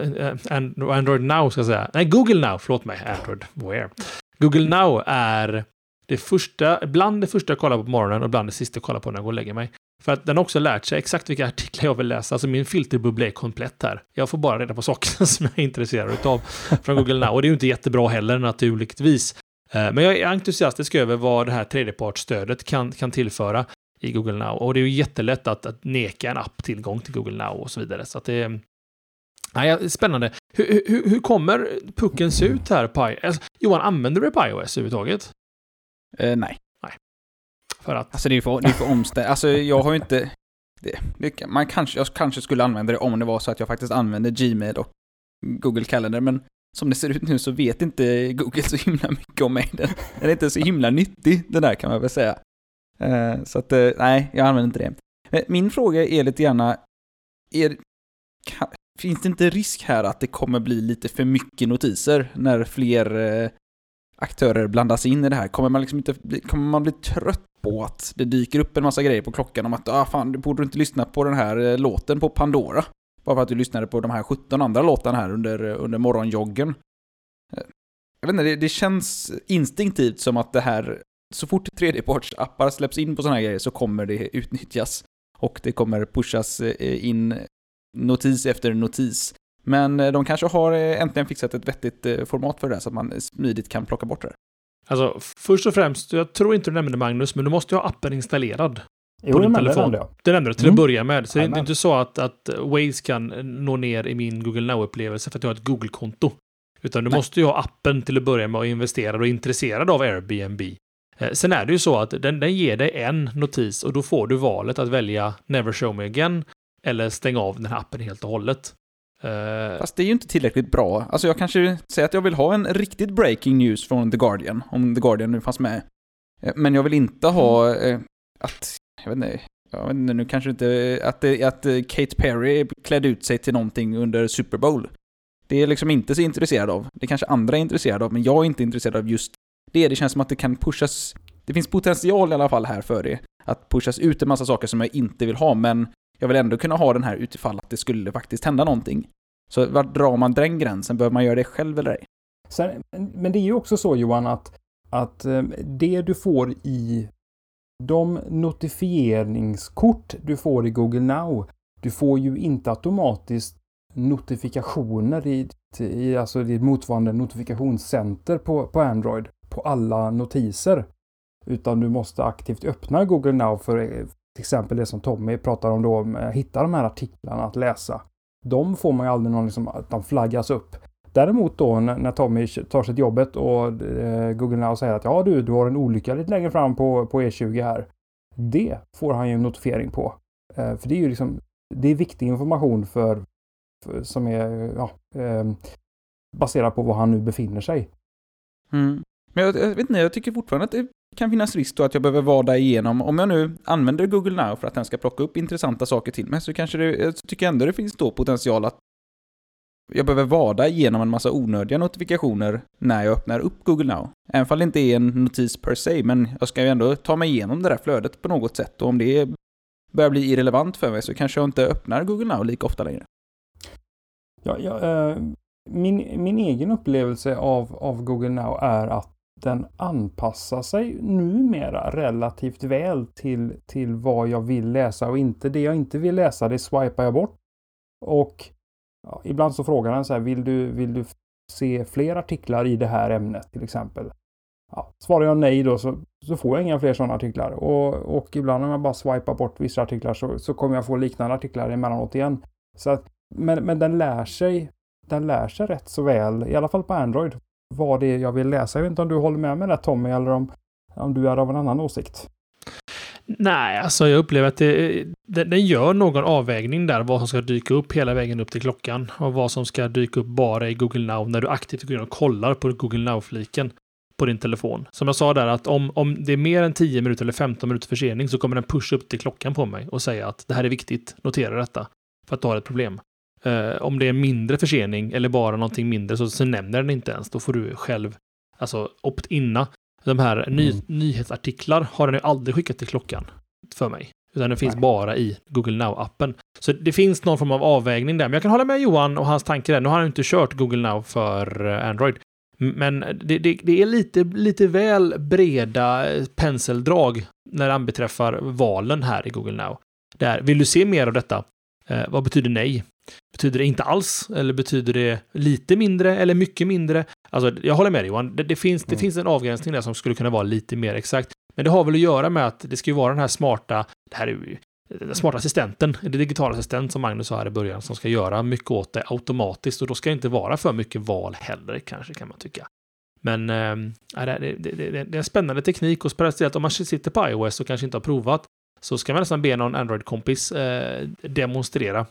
Android Now ska jag säga. Nej, Google Now, förlåt mig. Android Wear. Google Now är det första, bland det första jag kollar på på morgonen och bland det sista jag kollar på när jag går och lägger mig. För att den har också lärt sig exakt vilka artiklar jag vill läsa. Alltså min filterbubbla är komplett här. Jag får bara reda på saker som jag är intresserad av från Google Now. Och det är ju inte jättebra heller naturligtvis. Men jag är entusiastisk över vad det här tredjepartsstödet kan, kan tillföra i Google Now. Och det är ju jättelätt att, att neka en app tillgång till Google Now och så vidare. Så att det är nej, spännande. Hur, hur, hur kommer pucken se ut här på iOS? Alltså, Johan, använder du det på iOS överhuvudtaget? Uh, nej. Nej. För att... Alltså det är för, det är för omständigt. Alltså jag har ju inte... Det, det, man kanske, jag kanske skulle använda det om det var så att jag faktiskt använder Gmail och Google Calendar. Men som det ser ut nu så vet inte Google så himla mycket om mig. Den, den är inte så himla nyttig, den där kan man väl säga. Uh, så att, uh, nej, jag använder inte det. Uh, min fråga är lite gärna, är, kan, finns det inte risk här att det kommer bli lite för mycket notiser när fler uh, aktörer blandas in i det här? Kommer man liksom inte, kommer man bli trött på att det dyker upp en massa grejer på klockan om att ah, fan, du borde inte lyssna på den här uh, låten på Pandora bara för att du lyssnade på de här sjutton andra låtarna här under, under morgonjoggen? Uh, jag vet inte, det, det känns instinktivt som att det här, så fort tredjepartsappar släpps in på såna här grejer så kommer det utnyttjas och det kommer pushas in notis efter notis. Men de kanske har äntligen fixat ett vettigt format för det så att man smidigt kan plocka bort det. Alltså, först och främst, jag tror inte du nämnde Magnus, men du måste ju ha appen installerad Jo, på din det telefon. nämnde jag. Det nämnde du till Mm. att börja med. Så Amen. det är inte så att, att Waze kan nå ner i min Google Now-upplevelse för att jag har ett Google-konto. Utan du Nej. måste ju ha appen till att börja med och investera och intresserad av Airbnb. Eh, sen är det ju så att den, den ger dig en notis och då får du valet att välja Never Show Me Again eller stänga av den här appen helt och hållet. Eh, Fast det är ju inte tillräckligt bra. Alltså jag kanske säger att jag vill ha en riktigt breaking news från The Guardian, om The Guardian nu fanns med. Men jag vill inte ha eh, att, jag vet inte, jag vet inte nu kanske inte, att, att Katy Perry klädde ut sig till någonting under Super Bowl. Det är liksom inte så intresserad av. Det kanske andra är intresserade av, men jag är inte intresserad av just det. Det känns som att det kan pushas, det finns potential i alla fall här för det. Att pushas ut en massa saker som jag inte vill ha, men jag vill ändå kunna ha den här utifall att det skulle faktiskt hända någonting. Så var drar man den gränsen? Behöver man göra det själv eller ej? Sen, men det är ju också så, Johan, att, att det du får i de notifieringskort du får i Google Now, du får ju inte automatiskt notifikationer i, i alltså det motsvarande notifikationscenter på, på Android på alla notiser. Utan du måste aktivt öppna Google Now för till exempel det som Tommy pratar om då, med att hitta de här artiklarna att läsa. De får man ju aldrig någon liksom, att de flaggas upp. Däremot då när, när Tommy tar sitt jobbet och eh, Google Now säger att ja du, du har en olycka lite längre fram på, på E tjugo här. Det får han ju en notifiering på. Eh, för det är ju liksom, det är viktig information för, för som är ja, eh, baserad på var han nu befinner sig. Mm. Men jag, jag vet inte, jag tycker fortfarande att det kan finnas risk då att jag behöver vada igenom. Om jag nu använder Google Now för att den ska plocka upp intressanta saker till mig, så kanske det, jag tycker ändå det finns då potential att jag behöver vada igenom en massa onödiga notifikationer när jag öppnar upp Google Now. Även om det inte är en notis per se, men jag ska ju ändå ta mig igenom det där flödet på något sätt. Och om det börjar bli irrelevant för mig så kanske jag inte öppnar Google Now lika ofta längre. Ja, ja, eh, min, min egen upplevelse av, av Google Now är att den anpassar sig numera relativt väl till, till vad jag vill läsa och inte. Det jag inte vill läsa, det swipar jag bort. Och ja, ibland så frågar den så här, vill du, vill du se fler artiklar i det här ämnet till exempel? Ja, svarar jag nej då så, så får jag inga fler sådana artiklar. Och, och ibland om jag bara swipar bort vissa artiklar så, så kommer jag få liknande artiklar emellanåt igen. Så att, men, men den lär sig den lär sig rätt så väl, i alla fall på Android, vad det är jag vill läsa. Jag vet inte om du håller med mig där, Tommy, eller om, om du är av en annan åsikt. Nej, alltså jag upplever att det, det, den gör någon avvägning där vad som ska dyka upp hela vägen upp till klockan och vad som ska dyka upp bara i Google Now när du aktivt går in och kollar på Google Now-fliken på din telefon. Som jag sa där, att om, om det är mer än tio minuter eller femton minuter försening så kommer den pusha upp till klockan på mig och säga att det här är viktigt, notera detta för att du har ett problem. Uh, om det är mindre försening eller bara någonting mindre så, så nämner den inte ens. Då får du själv alltså opt-inna. De här ny, mm. nyhetsartiklar har den ju aldrig skickat till klockan för mig. Utan det finns Nej. bara i Google Now-appen. Så det finns någon form av avvägning där. Men jag kan hålla med Johan och hans tanke där. Nu har han inte kört Google Now för Android. Men det, det, det är lite, lite väl breda penseldrag när det beträffar valen här i Google Now. Där, vill du se mer av detta? Eh, vad betyder nej? Betyder det inte alls? Eller betyder det lite mindre eller mycket mindre? Alltså, jag håller med dig, Johan. Det, det, finns, det mm. finns en avgränsning där som skulle kunna vara lite mer exakt. Men det har väl att göra med att det ska ju vara den här smarta, det här är ju, den smarta assistenten, det digitala assistent som Magnus sa här i början, som ska göra mycket åt det automatiskt. Och då ska det inte vara för mycket val heller, kanske kan man tycka. Men äh, det, det, det, det är en spännande teknik och speciellt om man sitter på iOS och kanske inte har provat så ska man nästan be någon Android-kompis äh, demonstrera.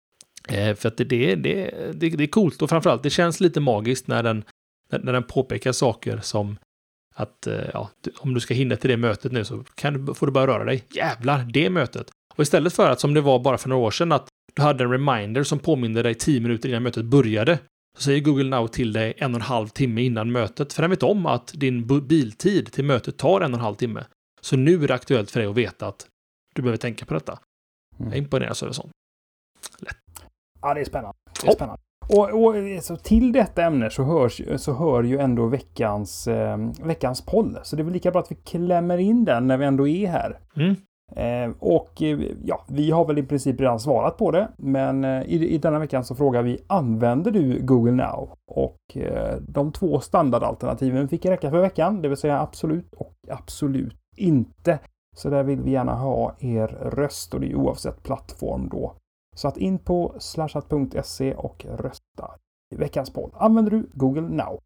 Eh, för att det, det, det, det, det är coolt och framförallt det känns lite magiskt när den, när, när den påpekar saker som att eh, ja, om du ska hinna till det mötet nu så kan du, får du bara röra dig. Jävlar, det mötet. Och istället för att som det var bara för några år sedan att du hade en reminder som påminner dig tio minuter innan mötet började så säger Google Now till dig en och en halv timme innan mötet. För den vet om att din biltid till mötet tar en och en halv timme. Så nu är det aktuellt för dig att veta att du behöver tänka på detta. Mm. Jag imponeras över sånt. Lätt. Ja, det är spännande. Det är spännande. Och, och så till detta ämne så, hörs, så hör ju ändå veckans, eh, veckans poll. Så det är väl lika bra att vi klämmer in den när vi ändå är här. Mm. Eh, och ja, vi har väl i princip redan svarat på det. Men eh, i, i denna veckan så frågar vi, använder du Google Now? Och eh, de två standardalternativen fick räcka för veckan. Det vill säga absolut och absolut inte. Så där vill vi gärna ha er röst och det är oavsett plattform då. Så att in på slashat punkt se och rösta i veckans poll. Använder du Google Now?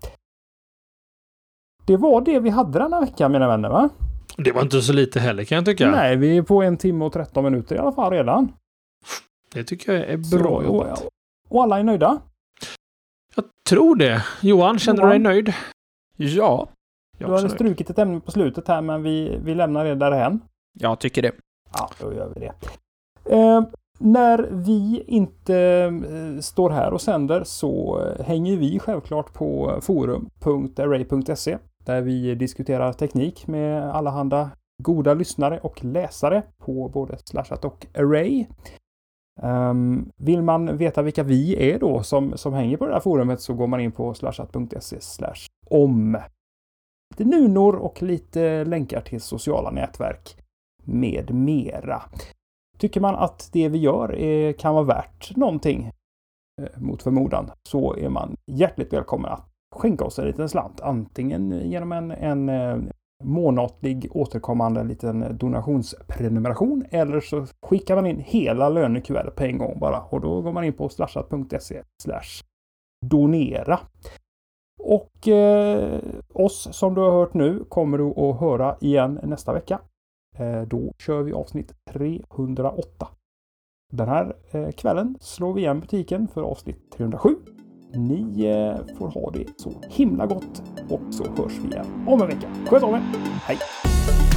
Det var det vi hade den här veckan, mina vänner, va? Det var inte så lite heller, kan jag tycka. Nej, vi är på en timme och tretton minuter i alla fall redan. Det tycker jag är bra så, jobbat. Och, och alla är nöjda? Jag tror det. Johan, känner Johan. du dig nöjd? Ja. Du hade strukit ett ämne på slutet här, men vi, vi lämnar det därhen. Jag tycker det. Ja, då gör vi det. Eh, när vi inte eh, står här och sänder så eh, hänger vi självklart på forum punkt array punkt se där vi diskuterar teknik med allehanda goda lyssnare och läsare på både Slashat och Array. Um, vill man veta vilka vi är då som, som hänger på det här forumet så går man in på slashat punkt se slash om. Lite nunor och lite länkar till sociala nätverk med mera. Tycker man att det vi gör är, kan vara värt någonting eh, mot förmodan så är man hjärtligt välkommen att skänka oss en liten slant. Antingen genom en, en eh, månatlig återkommande liten donationsprenumeration eller så skickar man in hela lönekuvertet på en gång bara. Och då går man in på slashat punkt se slash donera. Och eh, oss som du har hört nu kommer du att höra igen nästa vecka. Eh, då kör vi avsnitt trehundraåtta. Den här eh, kvällen slår vi igen butiken för avsnitt trehundrasju. Ni eh, får ha det så himla gott och så hörs vi igen om en vecka. Sköt om er. Hej!